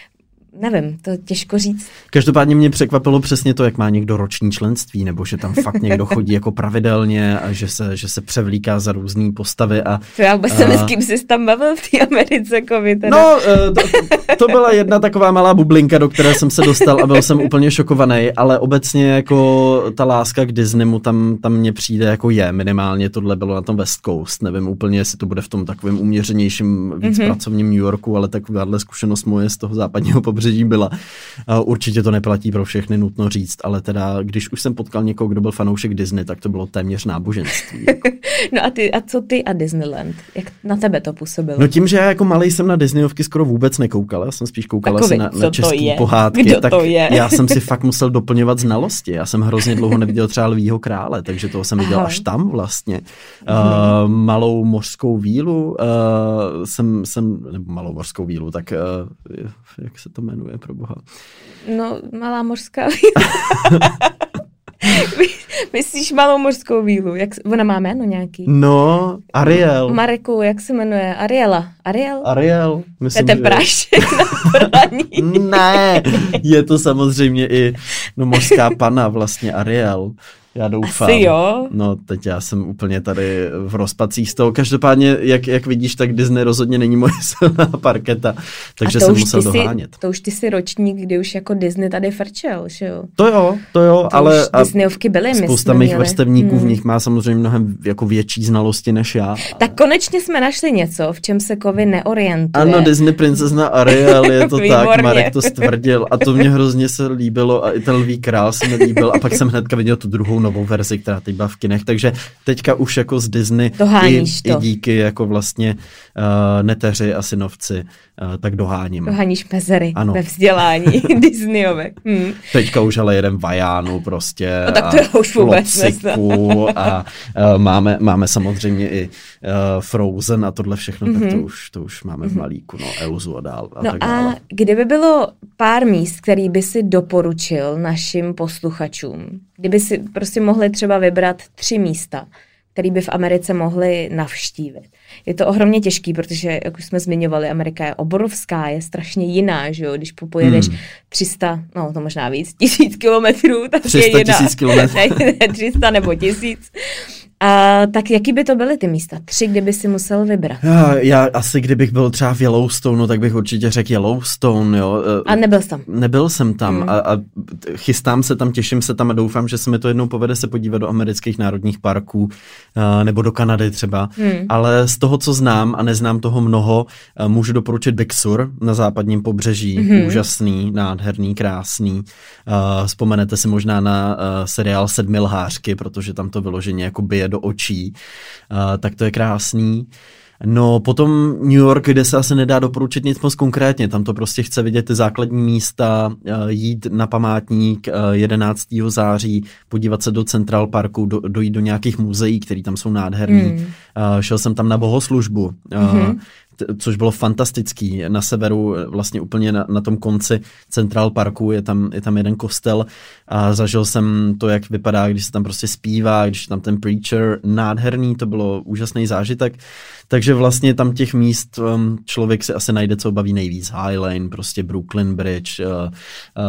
nevím, to těžko říct. Každopádně mě překvapilo přesně to, jak má někdo roční členství, nebo že tam fakt někdo chodí jako pravidelně a že se, že se převlíká za různý postavy. A, to já vůbec a... s kým jsi tam bavil v té Americe, kovi, teda. No, to, to byla jedna taková malá bublinka, do které jsem se dostal a byl jsem úplně šokovaný, ale obecně jako ta láska k Disneymu tam, tam mně přijde jako je, minimálně tohle bylo na tom West Coast, nevím úplně, jestli to bude v tom takovém uměřenějším, víc mm-hmm. pracovním New Yorku, ale takováhle zkušenost moje z toho západního pobřeží byla. Určitě to neplatí pro všechny, nutno říct, ale teda, když už jsem potkal někoho, kdo byl fanoušek Disney, tak to bylo téměř náboženství. Jako. No a, ty, a co ty a Disneyland? Jak na tebe to působilo? No tím, že já jako malej jsem na Disneyovky skoro vůbec nekoukal, já jsem spíš koukal asi na, na český pohádky, Kdo tak to je? Já jsem si fakt musel doplňovat znalosti. Já jsem hrozně dlouho neviděl třeba Lvího krále, takže toho jsem viděl Aha. až tam vlastně. Uh, malou mořskou vílu uh, jsem, jsem, nebo malou mořskou vílu, tak uh, jak se to jmenuje, pro boha? No, malá mořská víla. Myslíš malou mořskou vílu? Jak, ona má jméno nějaký? No, Ariel. Mareku, jak se jmenuje? Ariela. Ariel? Ariel. Myslím, to je ten prášek na praní. Ne, je to samozřejmě i no, mořská pana vlastně Ariel. Já doufám. Asi jo. No, teď já jsem úplně tady v rozpacích z toho. Každopádně, jak, jak vidíš, tak Disney rozhodně není moje silná parketa, takže jsem musel si, dohánět. To už ty si ročník, kdy už jako Disney tady frčel, že jo? To jo, to jo, to ale Disneyovky byly, spousta mých vrstevníků hmm. v nich má samozřejmě mnohem jako větší znalosti než já. Ale... Tak konečně jsme našli něco, v čem se Kovy neorientuje. Ano, Disney princezna Ariel, je to tak, Marek to stvrdil a to mě hrozně se líbilo a i ten Lví král se mi líbil a pak jsem hnedka viděl tu druhou novou verzi, která teď byla v kinech, takže teďka už jako z Disney i, i díky jako vlastně uh, neteři a synovci, uh, tak doháním. Doháníš mezery ano. ve vzdělání Disneyové. Hmm. Teďka už ale jedem Vajánu prostě no, tak to a už vůbec a uh, máme, máme samozřejmě i uh, Frozen a tohle všechno, mm-hmm. tak to už, to už máme v malíku, no, Elzu a dál. A no tak dále. A kdyby bylo pár míst, který by si doporučil našim posluchačům, kdyby si prostě mohli třeba vybrat tři místa, který by v Americe mohli navštívit. Je to ohromně těžký, protože, jak už jsme zmiňovali, Amerika je obrovská, je strašně jiná, že jo, když popojedeš hmm. tři sta, no to možná víc, tisíc kilometrů, tak tři sta je jiná. tisíc kilometrů. Ne, ne, tři sta nebo tisíc. A tak jaký by to byly ty místa? Tři, kdyby si musel vybrat? Já, já asi kdybych byl třeba v Yellowstone, tak bych určitě řekl Yellowstone, jo. A nebyl jsi tam? Nebyl jsem tam hmm. a, a chystám se tam, těším se tam a doufám, že se mi to jednou povede se podívat do amerických národních parků uh, nebo do Kanady třeba, hmm. ale z toho, co znám a neznám toho mnoho, uh, můžu doporučit Big Sur na západním pobřeží, hmm. úžasný, nádherný, krásný. Uh, vzpomenete si možná na uh, seriál Sedmi lhářky, protože tam to vyloženě jako bije do očí, uh, tak to je krásný. No potom New York, kde se asi nedá doporučit nic moc konkrétně, tam to prostě chce vidět ty základní místa, uh, jít na památník uh, jedenáctého září, podívat se do Central Parku, do, dojít do nějakých muzeí, které tam jsou nádherný. Mm. Uh, šel jsem tam na bohoslužbu, uh, mm-hmm. což bylo fantastický. Na severu, vlastně úplně na, na tom konci Central Parku je tam, je tam jeden kostel a zažil jsem to, jak vypadá, když se tam prostě zpívá, když tam ten preacher, nádherný, to bylo úžasný zážitek. Takže vlastně tam těch míst um, člověk si asi najde, co baví nejvíc. High Lane, prostě Brooklyn Bridge, uh, uh,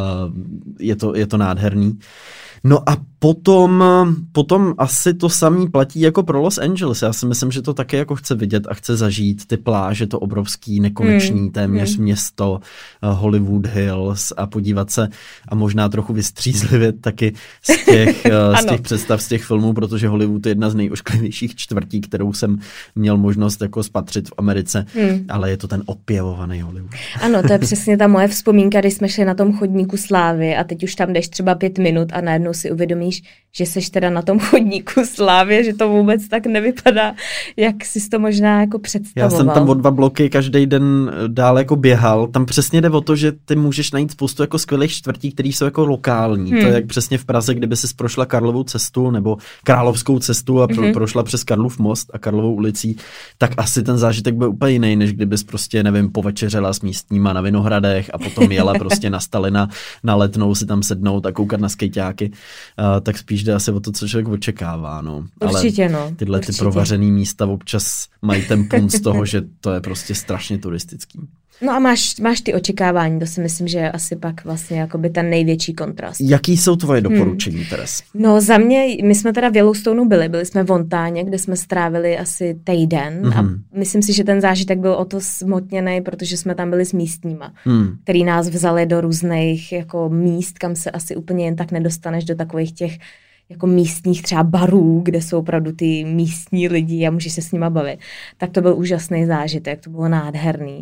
je, to, je to nádherný. No a potom, potom asi to samý platí jako pro Los Angeles. Já si myslím, že to také jako chce vidět a chce zažít ty pláže, to obrovský, nekonečný hmm. téměř hmm. město, Hollywood Hills a podívat se a možná trochu vystřízlivět taky z těch, z těch představ, z těch filmů, protože Hollywood je jedna z nejošklivějších čtvrtí, kterou jsem měl možnost jako spatřit v Americe, hmm. ale je to ten opěvovaný Hollywood. Ano, to je přesně ta moje vzpomínka, když jsme šli na tom chodníku slávy a teď už tam jdeš třeba pět minut a najednou si uvědomíš, že seš teda na tom chodníku slávy, že to vůbec tak nevypadá, jak jsi to možná jako představoval. Já jsem tam o dva bloky každý den dál jako běhal. Tam přesně jde o to, že ty můžeš najít spoustu jako skvělých čtvrtí, které jsou jako lokální. Hmm. To je jak přesně v Praze, kdyby jsi prošla Karlovou cestu nebo Královskou cestu a pro, hmm. prošla přes Karlův most a Karlovou ulicí, tak asi ten zážitek byl úplně jiný, než kdybys prostě, nevím, povečeřela s místníma na Vinohradech a potom jela prostě na Stalina na Letnou si tam sednout a koukat na skejťáky. Uh, tak spíš jde asi o to, co člověk očekává. No. Určitě, no. Ale tyhle Určitě. ty provařený místa občas mají ten punt z toho, že to je prostě strašně turistický. No a máš, máš ty očekávání, to si myslím, že je asi pak vlastně jakoby ten největší kontrast. Jaký jsou tvoje doporučení, hmm. Teres? No za mě, my jsme teda v Yellowstoneu byli, byli jsme v Montáně, kde jsme strávili asi týden mm-hmm. a myslím si, že ten zážitek byl o to smotněný, protože jsme tam byli s místníma, hmm. který nás vzali do různých jako míst, kam se asi úplně jen tak nedostaneš, do takových těch jako místních třeba barů, kde jsou opravdu ty místní lidi a můžeš se s nima bavit. Tak to byl úžasný zážitek, to bylo nádherný.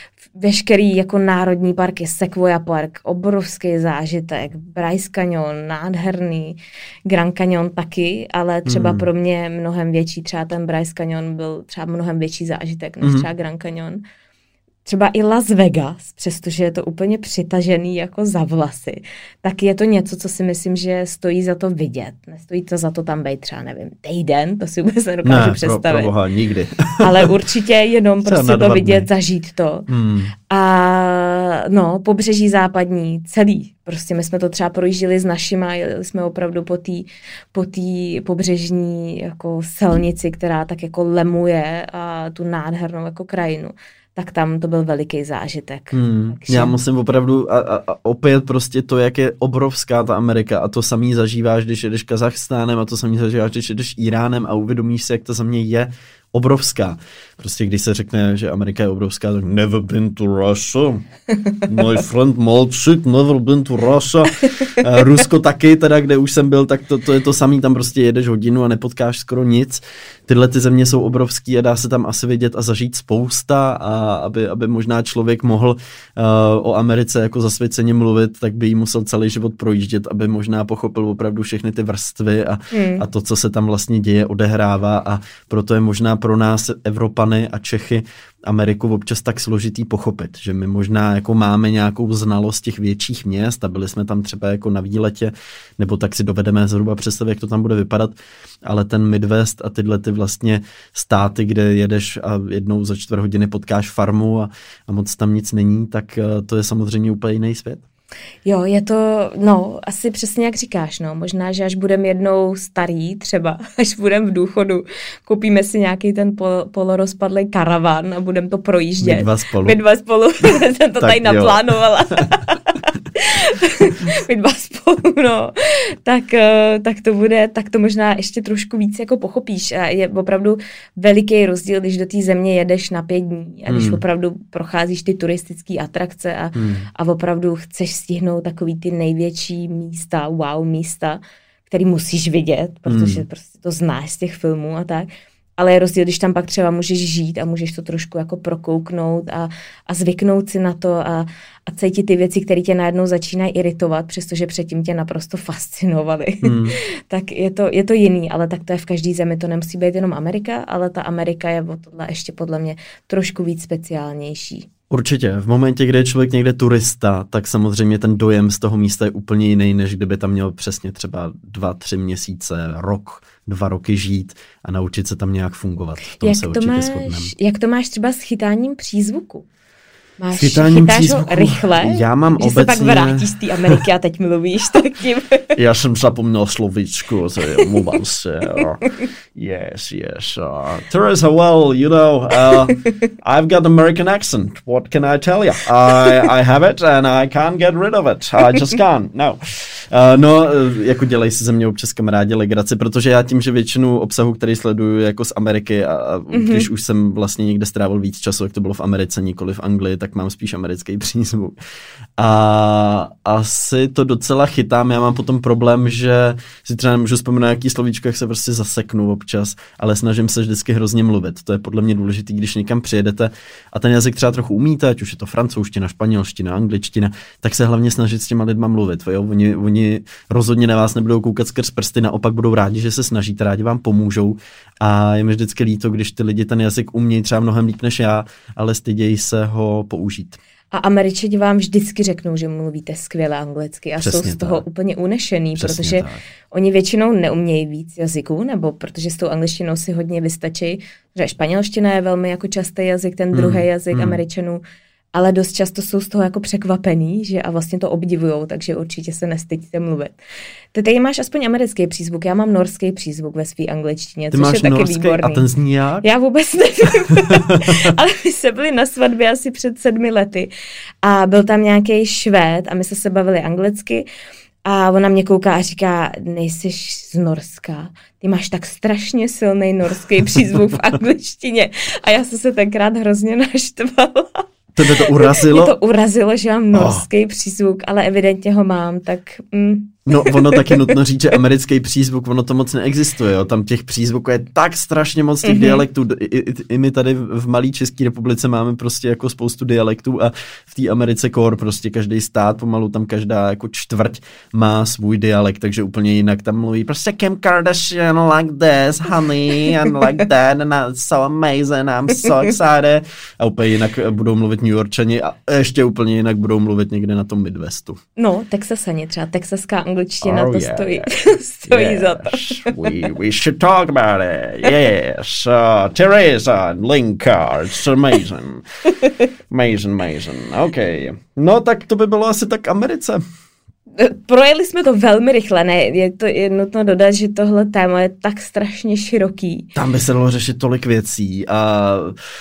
Veškerý jako národní parky, Sequoia Park, obrovský zážitek, Bryce Canyon, nádherný, Grand Canyon taky, ale třeba mm. pro mě mnohem větší, třeba ten Bryce Canyon byl třeba mnohem větší zážitek než mm. třeba Grand Canyon. Třeba i Las Vegas, přestože je to úplně přitažený jako za vlasy, tak je to něco, co si myslím, že stojí za to vidět. Nestojí to za to tam být třeba, nevím, týden, to si vůbec nedokážu ne, představit. Pro, pro boha, nikdy. Ale určitě jenom prostě to vidět, dny. Zažít to. Hmm. A no, pobřeží západní, celý. Prostě my jsme to třeba projížděli s našima, jeli jsme opravdu po té po té pobřežní jako silnici, která tak jako lemuje a tu nádhernou jako krajinu. Tak tam to byl veliký zážitek. Hmm, Takže... Já musím opravdu, a, a, a opět prostě to, jak je obrovská ta Amerika a to samý zažíváš, když jedeš Kazachstánem a to samý zažíváš, když jedeš Iránem a uvědomíš si, jak ta země je obrovská. Prostě když se řekne, že Amerika je obrovská, tak never been to Russia. My friend Malčik, never been to Russia. Rusko taky, teda kde už jsem byl, tak to, to je to samý, tam prostě jedeš hodinu a nepotkáš skoro nic. tyhle ty země jsou obrovský a dá se tam asi vidět a zažít spousta a aby, aby možná člověk mohl uh, o Americe jako zasvěceně mluvit, tak by jí musel celý život projíždět, aby možná pochopil opravdu všechny ty vrstvy a, hmm. a to, co se tam vlastně děje, odehrává a proto je možná pro nás Evropany a Čechy Ameriku občas tak složitý pochopit, že my možná jako máme nějakou znalost těch větších měst a byli jsme tam třeba jako na výletě, nebo tak si dovedeme zhruba představit, jak to tam bude vypadat, ale ten Midwest a tyhle ty vlastně státy, kde jedeš a jednou za čtvrt hodiny potkáš farmu a, a moc tam nic není, tak to je samozřejmě úplně jiný svět. Jo, je to, no, asi přesně jak říkáš, no, možná, že až budeme jednou starý, třeba, až budeme v důchodu, koupíme si nějaký ten pol, polorozpadlý karavan a budeme to projíždět. My dva spolu. My dva spolu, jsem to tady naplánovala. My dva spolu, no. Tak, tak to bude, tak to možná ještě trošku víc jako pochopíš. A je opravdu veliký rozdíl, když do té země jedeš na pět dní a když hmm. opravdu procházíš ty turistické atrakce a, hmm. a opravdu chceš stihnout takový ty největší místa, wow místa, který musíš vidět, protože hmm. prostě to znáš z těch filmů a tak. Ale je rozdíl, když tam pak třeba můžeš žít a můžeš to trošku jako prokouknout a, a zvyknout si na to a, a cítit ty věci, které tě najednou začínají iritovat, přestože předtím tě naprosto fascinovaly. Mm. Tak je to, je to jiný, ale tak to je v každé zemi, to nemusí být jenom Amerika, ale ta Amerika je o tohle ještě podle mě trošku víc speciálnější. Určitě. V momentě, kdy je člověk někde turista, tak samozřejmě ten dojem z toho místa je úplně jiný, než kdyby tam měl přesně třeba dva, tři měsíce, rok, dva roky žít a naučit se tam nějak fungovat. V tom jak se to určitě máš, shodneme. Jak to máš třeba s chytáním přízvuku? Máš, chytáním chytáš přízvuku? ho rychle, Já mám že obecně... se pak vrátíš z té Ameriky a teď mluvíš tak tím. Já jsem zapomněl slovíčku, mluvám se. Yes, yes. Uh, Teresa, well, you know, uh, I've got American accent. What can I tell you? I, I have it and I can't get rid of it. I just can't. No. Uh, no, jako dělej si ze mě občas kamarádi legraci, protože já tím, že většinu obsahu, který sleduju jako z Ameriky a, a mm-hmm. když už jsem vlastně někde strávil víc času, jak to bylo v Americe, nikoli v Anglii, tak mám spíš americký přízvuk. A asi to docela chytám, já mám potom problém, že si třeba nemůžu vzpomenout, jaký slovíčko, jak se prostě zaseknu občas, ale snažím se vždycky hrozně mluvit. To je podle mě důležité, když někam přijedete a ten jazyk třeba trochu umíte, ať už je to francouzština, španělština, angličtina, tak se hlavně snažit s těma lidma mluvit. Jo? Oni, oni rozhodně na vás nebudou koukat skrz prsty, naopak budou rádi, že se snažíte, rádi vám pomůžou a je mi vždycky líto, když ty lidi ten jazyk umějí třeba mnohem líp než já, ale stydějí se ho použít. A Američani vám vždycky řeknou, že mluvíte skvěle anglicky a Přesně jsou z toho tak. úplně unešený, Přesně protože tak. oni většinou neumějí víc jazyků, nebo protože s tou angličtinou si hodně vystačí, že španělština je velmi jako častý jazyk, ten druhý mm, jazyk mm. Američanů, ale dost často jsou z toho jako překvapený, že a vlastně to obdivujou, takže určitě se nestyďte mluvit. Ty tady máš aspoň americký přízvuk, já mám norský přízvuk ve své angličtině, Ty což máš je taky norský, výborný. a ten zní jak? Já vůbec nevím, ale my jsme byli na svatbě asi před sedmi lety a byl tam nějaký Švéd a my jsme se bavili anglicky a ona mě kouká a říká, nejsiš z Norska, ty máš tak strašně silný norský přízvuk v angličtině a já jsem se tenkrát hrozně naštvala. Tebe to urazilo? Mě to urazilo, že mám norský oh. přízvuk, ale evidentně ho mám, tak... Mm. No, ono taky nutno říct, že americký přízvuk, ono to moc neexistuje, jo. Tam těch přízvuků je tak strašně moc těch mm-hmm. dialektů. I, i, I my tady v malé České republice máme prostě jako spoustu dialektů a v té Americe kor prostě každý stát, pomalu tam každá jako čtvrť má svůj dialekt, takže úplně jinak tam mluví prostě Kim Kardashian like this, honey, and like that, and that's so amazing, I'm so excited. A úplně jinak budou mluvit New Yorkčani a ještě úplně jinak budou mluvit někde na tom Midwestu. No, Texasani třeba, texaská angličtina, oh, to yeah. stojí, stojí yes. za to. we, we should talk about it. Yes. Uh, Teresa, Linka, it's amazing. Amazing, amazing. Okay. No tak to by bylo asi tak k Americe. Projeli jsme to velmi rychle, ne? Je to je nutno dodat, že tohle téma je tak strašně široký. Tam by se dalo řešit tolik věcí a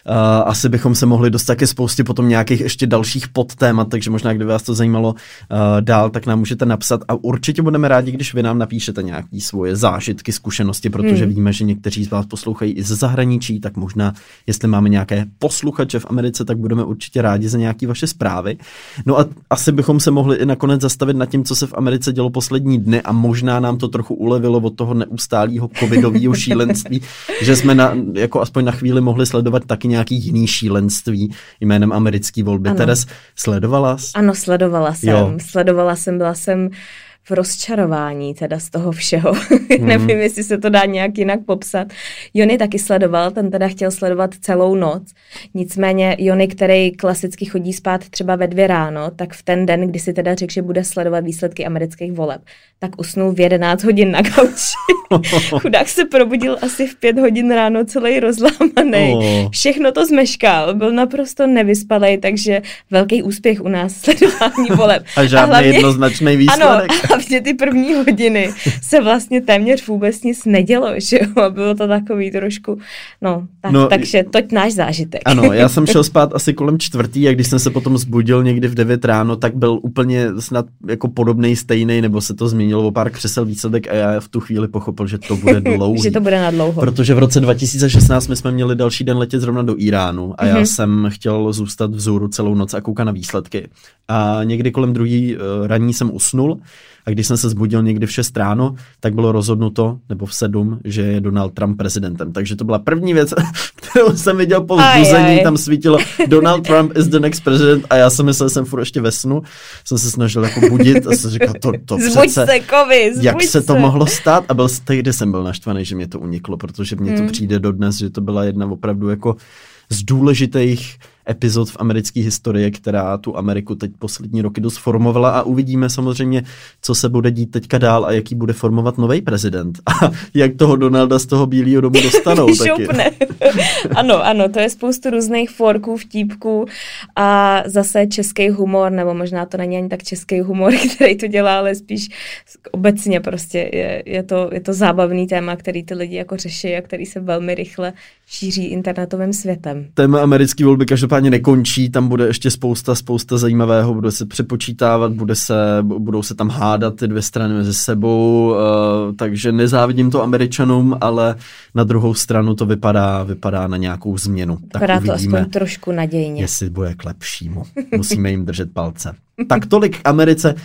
asi bychom se mohli dostat ke spoustě potom nějakých ještě dalších podtémat, takže možná, kdyby vás to zajímalo uh, dál, tak nám můžete napsat a určitě budeme rádi, když vy nám napíšete nějaké svoje zážitky, zkušenosti, protože hmm. víme, že někteří z vás poslouchají i ze zahraničí, tak možná, jestli máme nějaké posluchače v Americe, tak budeme určitě rádi za nějaké vaše zprávy. No a asi bychom se mohli i nakonec zastavit nad tím, co se v Americe dělo poslední dny a možná nám to trochu ulevilo od toho neustálého covidového šílenství, že jsme na, jako aspoň na chvíli mohli sledovat taky nějaký jiný šílenství jménem americký volby. Ano. Teres, sledovala jsi? Ano, sledovala jsem. Jo. Sledovala jsem, byla jsem v rozčarování teda z toho všeho. Mm. Nevím, jestli se to dá nějak jinak popsat. Jony taky sledoval, ten teda chtěl sledovat celou noc. Nicméně Jony, který klasicky chodí spát třeba ve dvě ráno, tak v ten den, kdy si teda řekl, že bude sledovat výsledky amerických voleb, tak usnul v jedenáct hodin na gauči. Chudák se probudil asi v pět hodin ráno, celý rozlámaný. Oh. Všechno to zmeškal, byl naprosto nevyspalej, takže velký úspěch u nás sledování voleb. A žádný a hlavně, jednoznačný výsledek. Ano, hlavně ty první hodiny se vlastně téměř vůbec nic nedělo, že jo, bylo to takový trošku, no, tak, no takže toť náš zážitek. Ano, já jsem šel spát asi kolem čtvrtý a když jsem se potom zbudil někdy v devět ráno, tak byl úplně snad jako podobnej, stejný, nebo se to změnilo o pár křesel výsledek a já v tu chvíli pochopil, že to bude dlouhý. Že to bude na dlouho. Protože v roce dva tisíce šestnáct my jsme měli další den letět zrovna do Iránu a já mm-hmm. jsem chtěl zůstat vzhůru celou noc a koukat na výsledky. A někdy kolem druhý uh, raní jsem usnul a když jsem se zbudil někdy v šest ráno, tak bylo rozhodnuto, nebo v sedm, že je Donald Trump prezidentem. Takže to byla první věc, kterou jsem viděl po zbuzení, tam svítilo Donald Trump is the next president a já jsem myslel, že jsem furt ještě ve snu, jsem se snažil jako budit a jsem říkal, to, to zbuď přece, se, Kovi, zbuď jak se, se to mohlo stát a byl tehdy jsem byl naštvaný, že mě to uniklo, protože mně hmm. to přijde dodnes, že to byla jedna opravdu jako z důležitých epizod v americké historii, která tu Ameriku teď poslední roky dost formovala a uvidíme samozřejmě, co se bude dít teďka dál a jaký bude formovat nový prezident a jak toho Donalda z toho Bílého domu dostanou. Taky. Ano, ano, to je spoustu různých forků, vtípků a zase český humor, nebo možná to není ani tak český humor, který to dělá, ale spíš obecně prostě je, je, to, je to zábavný téma, který ty lidi jako řeší a který se velmi rychle šíří internetovým světem. Téma americký volby každopádně nekončí, tam bude ještě spousta, spousta zajímavého, bude se přepočítávat, bude se, budou se tam hádat ty dvě strany mezi sebou, uh, takže nezávidím to Američanům, ale na druhou stranu to vypadá, vypadá na nějakou změnu. Vypadá to aspoň trošku nadějně. Jestli bude k lepšímu. Musíme jim držet palce. Tak tolik k Americe.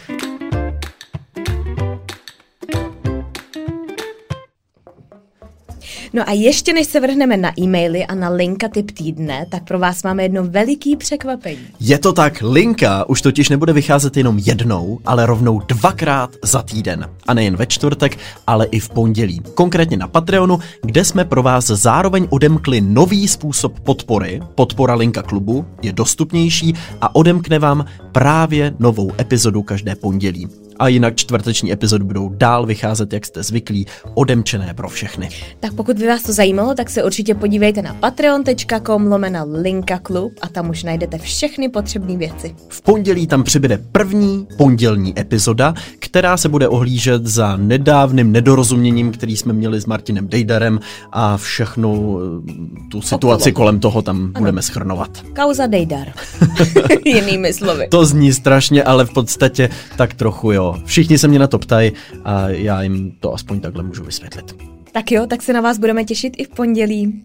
No a ještě než se vrhneme na e-maily a na Linka tip týdne, tak pro vás máme jedno veliký překvapení. Je to tak, Linka už totiž nebude vycházet jenom jednou, ale rovnou dvakrát za týden. A nejen ve čtvrtek, ale i v pondělí. Konkrétně na Patreonu, kde jsme pro vás zároveň odemkli nový způsob podpory. Podpora Linka klubu je dostupnější a odemkne vám právě novou epizodu každé pondělí. A jinak čtvrteční epizody budou dál vycházet, jak jste zvyklí, odemčené pro všechny. Tak pokud by vás to zajímalo, tak se určitě podívejte na patreon tečka com lomeno Linka klub a tam už najdete všechny potřebné věci. V pondělí tam přibude první pondělní epizoda, která se bude ohlížet za nedávným nedorozuměním, který jsme měli s Martinem Dejdarem a všechnu tu situaci Okolo. kolem toho tam ano. budeme shrnovat. Kauza Dejdar. Jinými slovy. To zní strašně, ale v podstatě tak trochu jo. Všichni se mě na to ptají a já jim to aspoň takhle můžu vysvětlit. Tak jo, tak se na vás budeme těšit i v pondělí.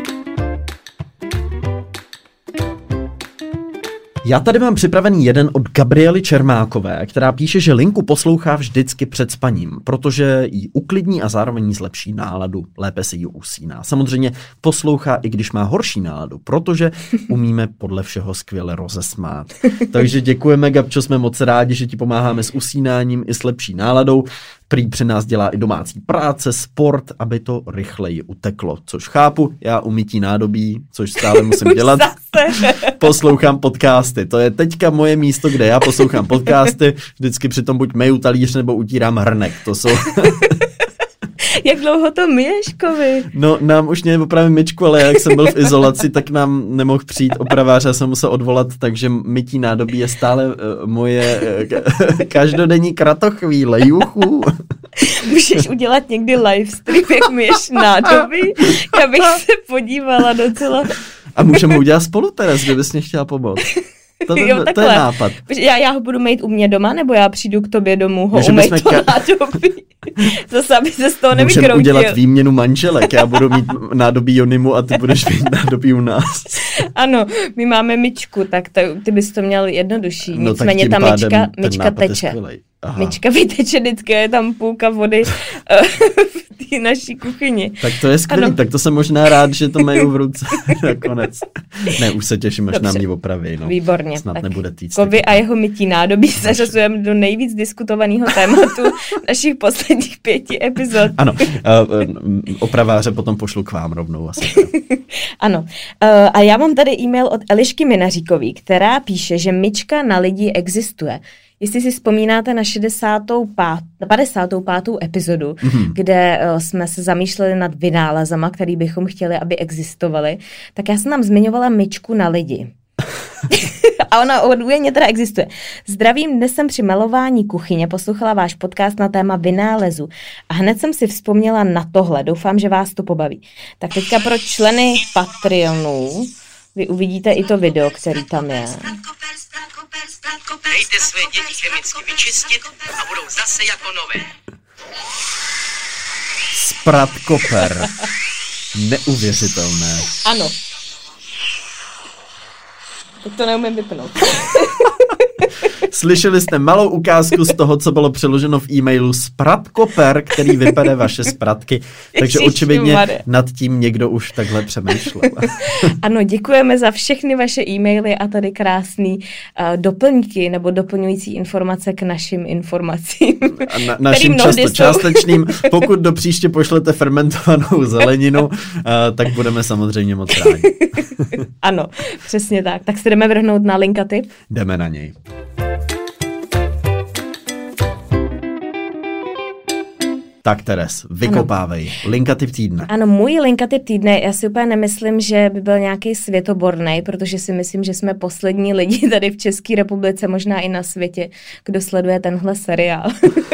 Já tady mám připravený jeden od Gabriely Čermákové, která píše, že Linku poslouchá vždycky před spaním, protože jí uklidní a zároveň jí zlepší náladu, lépe se jí usíná. Samozřejmě poslouchá, i když má horší náladu, protože umíme podle všeho skvěle rozesmát. Takže děkujeme, Gabčo, jsme moc rádi, že ti pomáháme s usínáním i s lepší náladou. Prý při nás dělá i domácí práce, sport, aby to rychleji uteklo, což chápu, já umytí nádobí, což stále musím dělat. Poslouchám podcasty, to je teďka moje místo, kde já poslouchám podcasty, vždycky přitom buď meju talíř nebo utírám hrnek, to jsou... Jak dlouho to myješ, Kovi? No, nám už mě opravím myčku, ale jak jsem byl v izolaci, tak nám nemohl přijít opravář, já jsem musel odvolat, takže mytí nádobí je stále uh, moje uh, každodenní kratochvíle, juchu. Můžeš udělat někdy live stream, jak myješ nádobí? Já bych se podívala docela... A můžeme udělat spolu, Teres, kdybys mě chtěla pomoct. To, jo, to je nápad. Já, já ho budu mít u mě doma, nebo já přijdu k tobě domů ho Že umýt to ka- nádobí. Zase, aby se z toho nevykroutil. Můžeme udělat výměnu manželek. Já budu mít nádobí Jonimu a ty budeš mít nádobí u nás. Ano, my máme myčku, tak to, ty bys to měl jednodušší. No, nicméně ta myčka, myčka teče. Myčka vyteče vždycky, je tam půlka vody v té naší kuchyni. Tak to je skvělý, ano. Tak to jsem možná rád, že to mají v ruce nakonec. Ne, už se těším, až nám ji opraví. No. Výborně. Snad tak nebude týct. Kovy a jeho mytí nádobí zařazujeme do nejvíc diskutovaného tématu našich posledních pěti epizod. Ano, uh, opraváře potom pošlu k vám rovnou asi. Ano. Uh, a já mám tady e-mail od Elišky Minaříkový, která píše, že myčka na lidi existuje. Jestli si vzpomínáte na šedesátou pátou, padesátou pátou epizodu, mm-hmm. kde uh, jsme se zamýšleli nad vynálezama, který bychom chtěli, aby existovaly, tak já jsem nám zmiňovala myčku na lidi. A ona údajně teda existuje. Zdravím, dnes jsem při malování kuchyně poslouchala váš podcast na téma vynálezu a hned jsem si vzpomněla na tohle. Doufám, že vás to pobaví. Tak teďka pro členy Patreonů vy uvidíte i to video, který tam je. Dejte své děti chemicky vyčistit a budou zase jako nové. Spratkoper. Neuvěřitelné. Ano. Teď to neumím vypnout. Slyšeli jste malou ukázku z toho, co bylo přeloženo v e-mailu Spratkoper, který vypere vaše spratky. Takže očividně nad tím někdo už takhle přemýšlel. Ano, děkujeme za všechny vaše e-maily a tady krásný uh, doplňky nebo doplňující informace k našim informacím. A na, našim často jsou... částečným. Pokud do příště pošlete fermentovanou zeleninu, uh, tak budeme samozřejmě moc rádi. Ano, přesně tak. Tak se jdeme vrhnout na linkatyp? Jdeme na něj. Tak Teres, vykopávej. Ano. Linkatyp týdne. Ano, můj linkatyp týdne, já si úplně nemyslím, že by byl nějaký světobornej, protože si myslím, že jsme poslední lidi tady v České republice, možná i na světě, kdo sleduje tenhle seriál.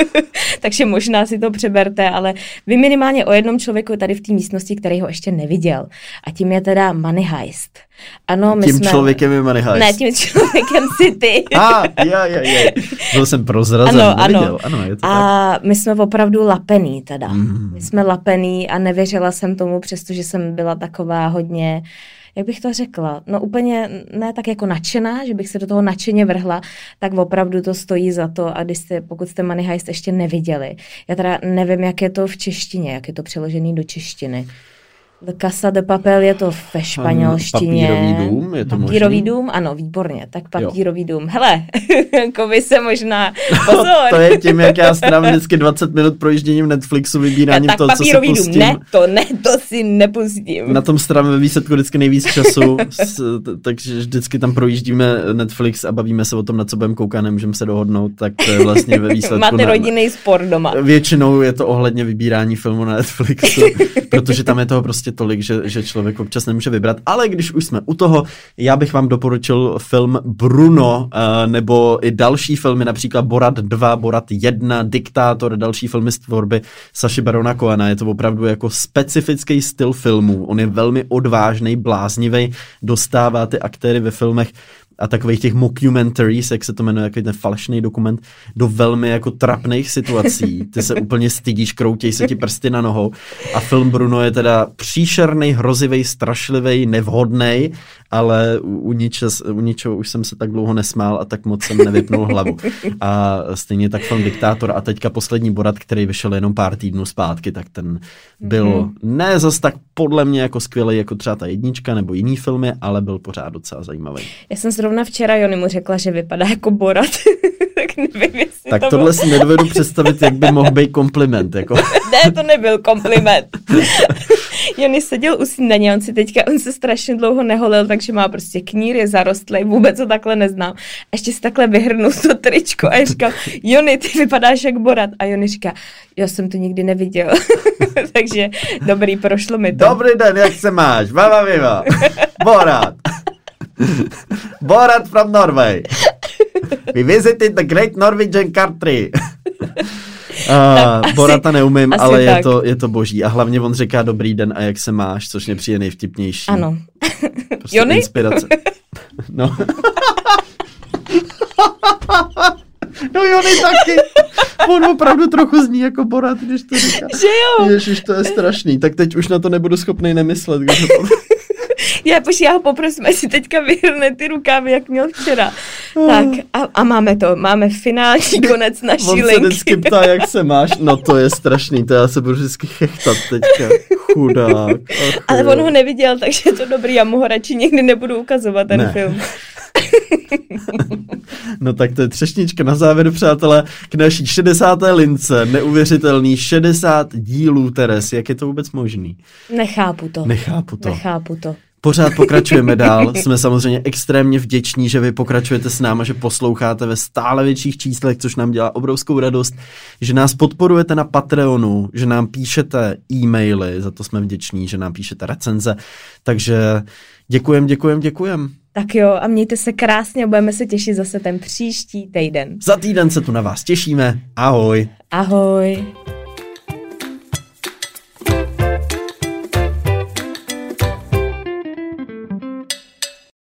Takže možná si to přeberte, ale vy minimálně o jednom člověku tady v té místnosti, který ho ještě neviděl. A tím je teda Money Heist. Ano, my tím jsme... člověkem je Money Heist. Ne, tím člověkem si ty. A, ja, ja, ja. Byl jsem prozrazen, ano, neviděl. Ano. Ano, je to a tak. my jsme opravdu lapený teda. Mm. My jsme lapený a nevěřila jsem tomu, přestože jsem byla taková hodně, jak bych to řekla, no úplně ne tak jako nadšená, že bych se do toho nadšeně vrhla, tak opravdu to stojí za to a když jste, pokud jste Money Heist ještě neviděli. Já teda nevím, jak je to v češtině, jak je to přeložený do češtiny. La Casa de Papel je to ve španělštině. Papírový dům, je to Papírový možný? dům, ano, výborně, tak papírový jo. dům. Hele, Kovy se možná, pozor. No, to je tím, jak já strávím vždycky dvacet minut projížděním Netflixu, vybíráním tak toho, co se pustím. Dům, ne, to ne, to si nepustím. Na tom strávím ve výsledku vždycky nejvíc času, s, t- takže vždycky tam projíždíme Netflix a bavíme se o tom, na co budeme koukat, nemůžeme se dohodnout, tak to je vlastně ve výsledku. Máte rodinný spor doma. Většinou je to ohledně vybírání filmu na Netflixu, protože tam je toho prostě tolik, že, že člověk občas nemůže vybrat, ale když už jsme u toho, já bych vám doporučil film Bruno, uh, nebo i další filmy, například Borat dva, Borat jedna, Diktátor, další filmy z tvorby Saši Barona Cohena. Je to opravdu jako specifický styl filmů. On je velmi odvážný, bláznivý, dostává ty aktéry ve filmech a takových těch mockumentaries, jak se to jmenuje, jako ten falešný dokument, do velmi jako trapných situací. Ty se úplně stydíš, kroutěj se ti prsty na nohou. A film Bruno je teda příšerný, hrozivý, strašlivý, nevhodný, ale u, u, ničeho, u ničeho už jsem se tak dlouho nesmál a tak moc jsem nevypnul hlavu. A stejně tak film Diktátor a teďka poslední Borat, který vyšel jenom pár týdnů zpátky, tak ten byl mm-hmm. ne zas tak podle mě jako skvělý, jako třeba ta jednička nebo jiný filmy, ale byl pořád docela zajímavý. Já jsem zrovna včera Jonimu řekla, že vypadá jako Borat. Tak nevím, jestli tak to tohle byl... si nedovedu představit, jak by mohl být kompliment. Jako. Ne, to nebyl kompliment. Joni seděl u snídaně, on si teďka, on se strašně dlouho neholil, takže má prostě knír, je zarostlej, vůbec ho takhle neznám. A ještě si takhle vyhrnul to tričko a říkal, Joni, ty vypadáš jak Borat. A Joni říká, já jsem to nikdy neviděl. Takže dobrý, prošlo mi to. Dobrý den, jak se máš? Vava viva. Borat. Borat from Norway. We visited the great Norwegian country. Uh, Borata neumím, ale je tak. to, je to boží. A hlavně on říká dobrý den a jak se máš, což mě přijde nejvtipnější. Ano. Prostě Jony? Inspirace. No. No Jony taky. On opravdu trochu zní jako Borat, když to říká. Že jo? Ježiš, to je strašný. Tak teď už na to nebudu schopnej nemyslet. Když to... Já, poš, já ho poprosím, ať si teďka vyhrne ty rukávy, jak měl včera. Tak a, a máme to, máme finální konec naší On linky. se vždycky ptá, jak se máš. No to je strašný, to já se budu vždycky chechtat teďka. Chudák. Ach, Ale jo. on ho neviděl, takže je to dobrý, já mu ho radši někdy nebudu ukazovat, ten Ne. film. No tak to je třešnička na závěr, přátelé, k naší šedesáté lince. Neuvěřitelný šedesát dílů, Teres. Jak je to vůbec možný? Nechápu to. Nechápu to. Nechápu to. Pořád pokračujeme dál, jsme samozřejmě extrémně vděční, že vy pokračujete s náma, že posloucháte ve stále větších číslech, což nám dělá obrovskou radost, že nás podporujete na Patreonu, že nám píšete e-maily, za to jsme vděční, že nám píšete recenze, takže děkujem, děkujem, děkujem. Tak jo, a mějte se krásně, budeme se těšit zase ten příští týden. Za týden se tu na vás těšíme, ahoj. Ahoj.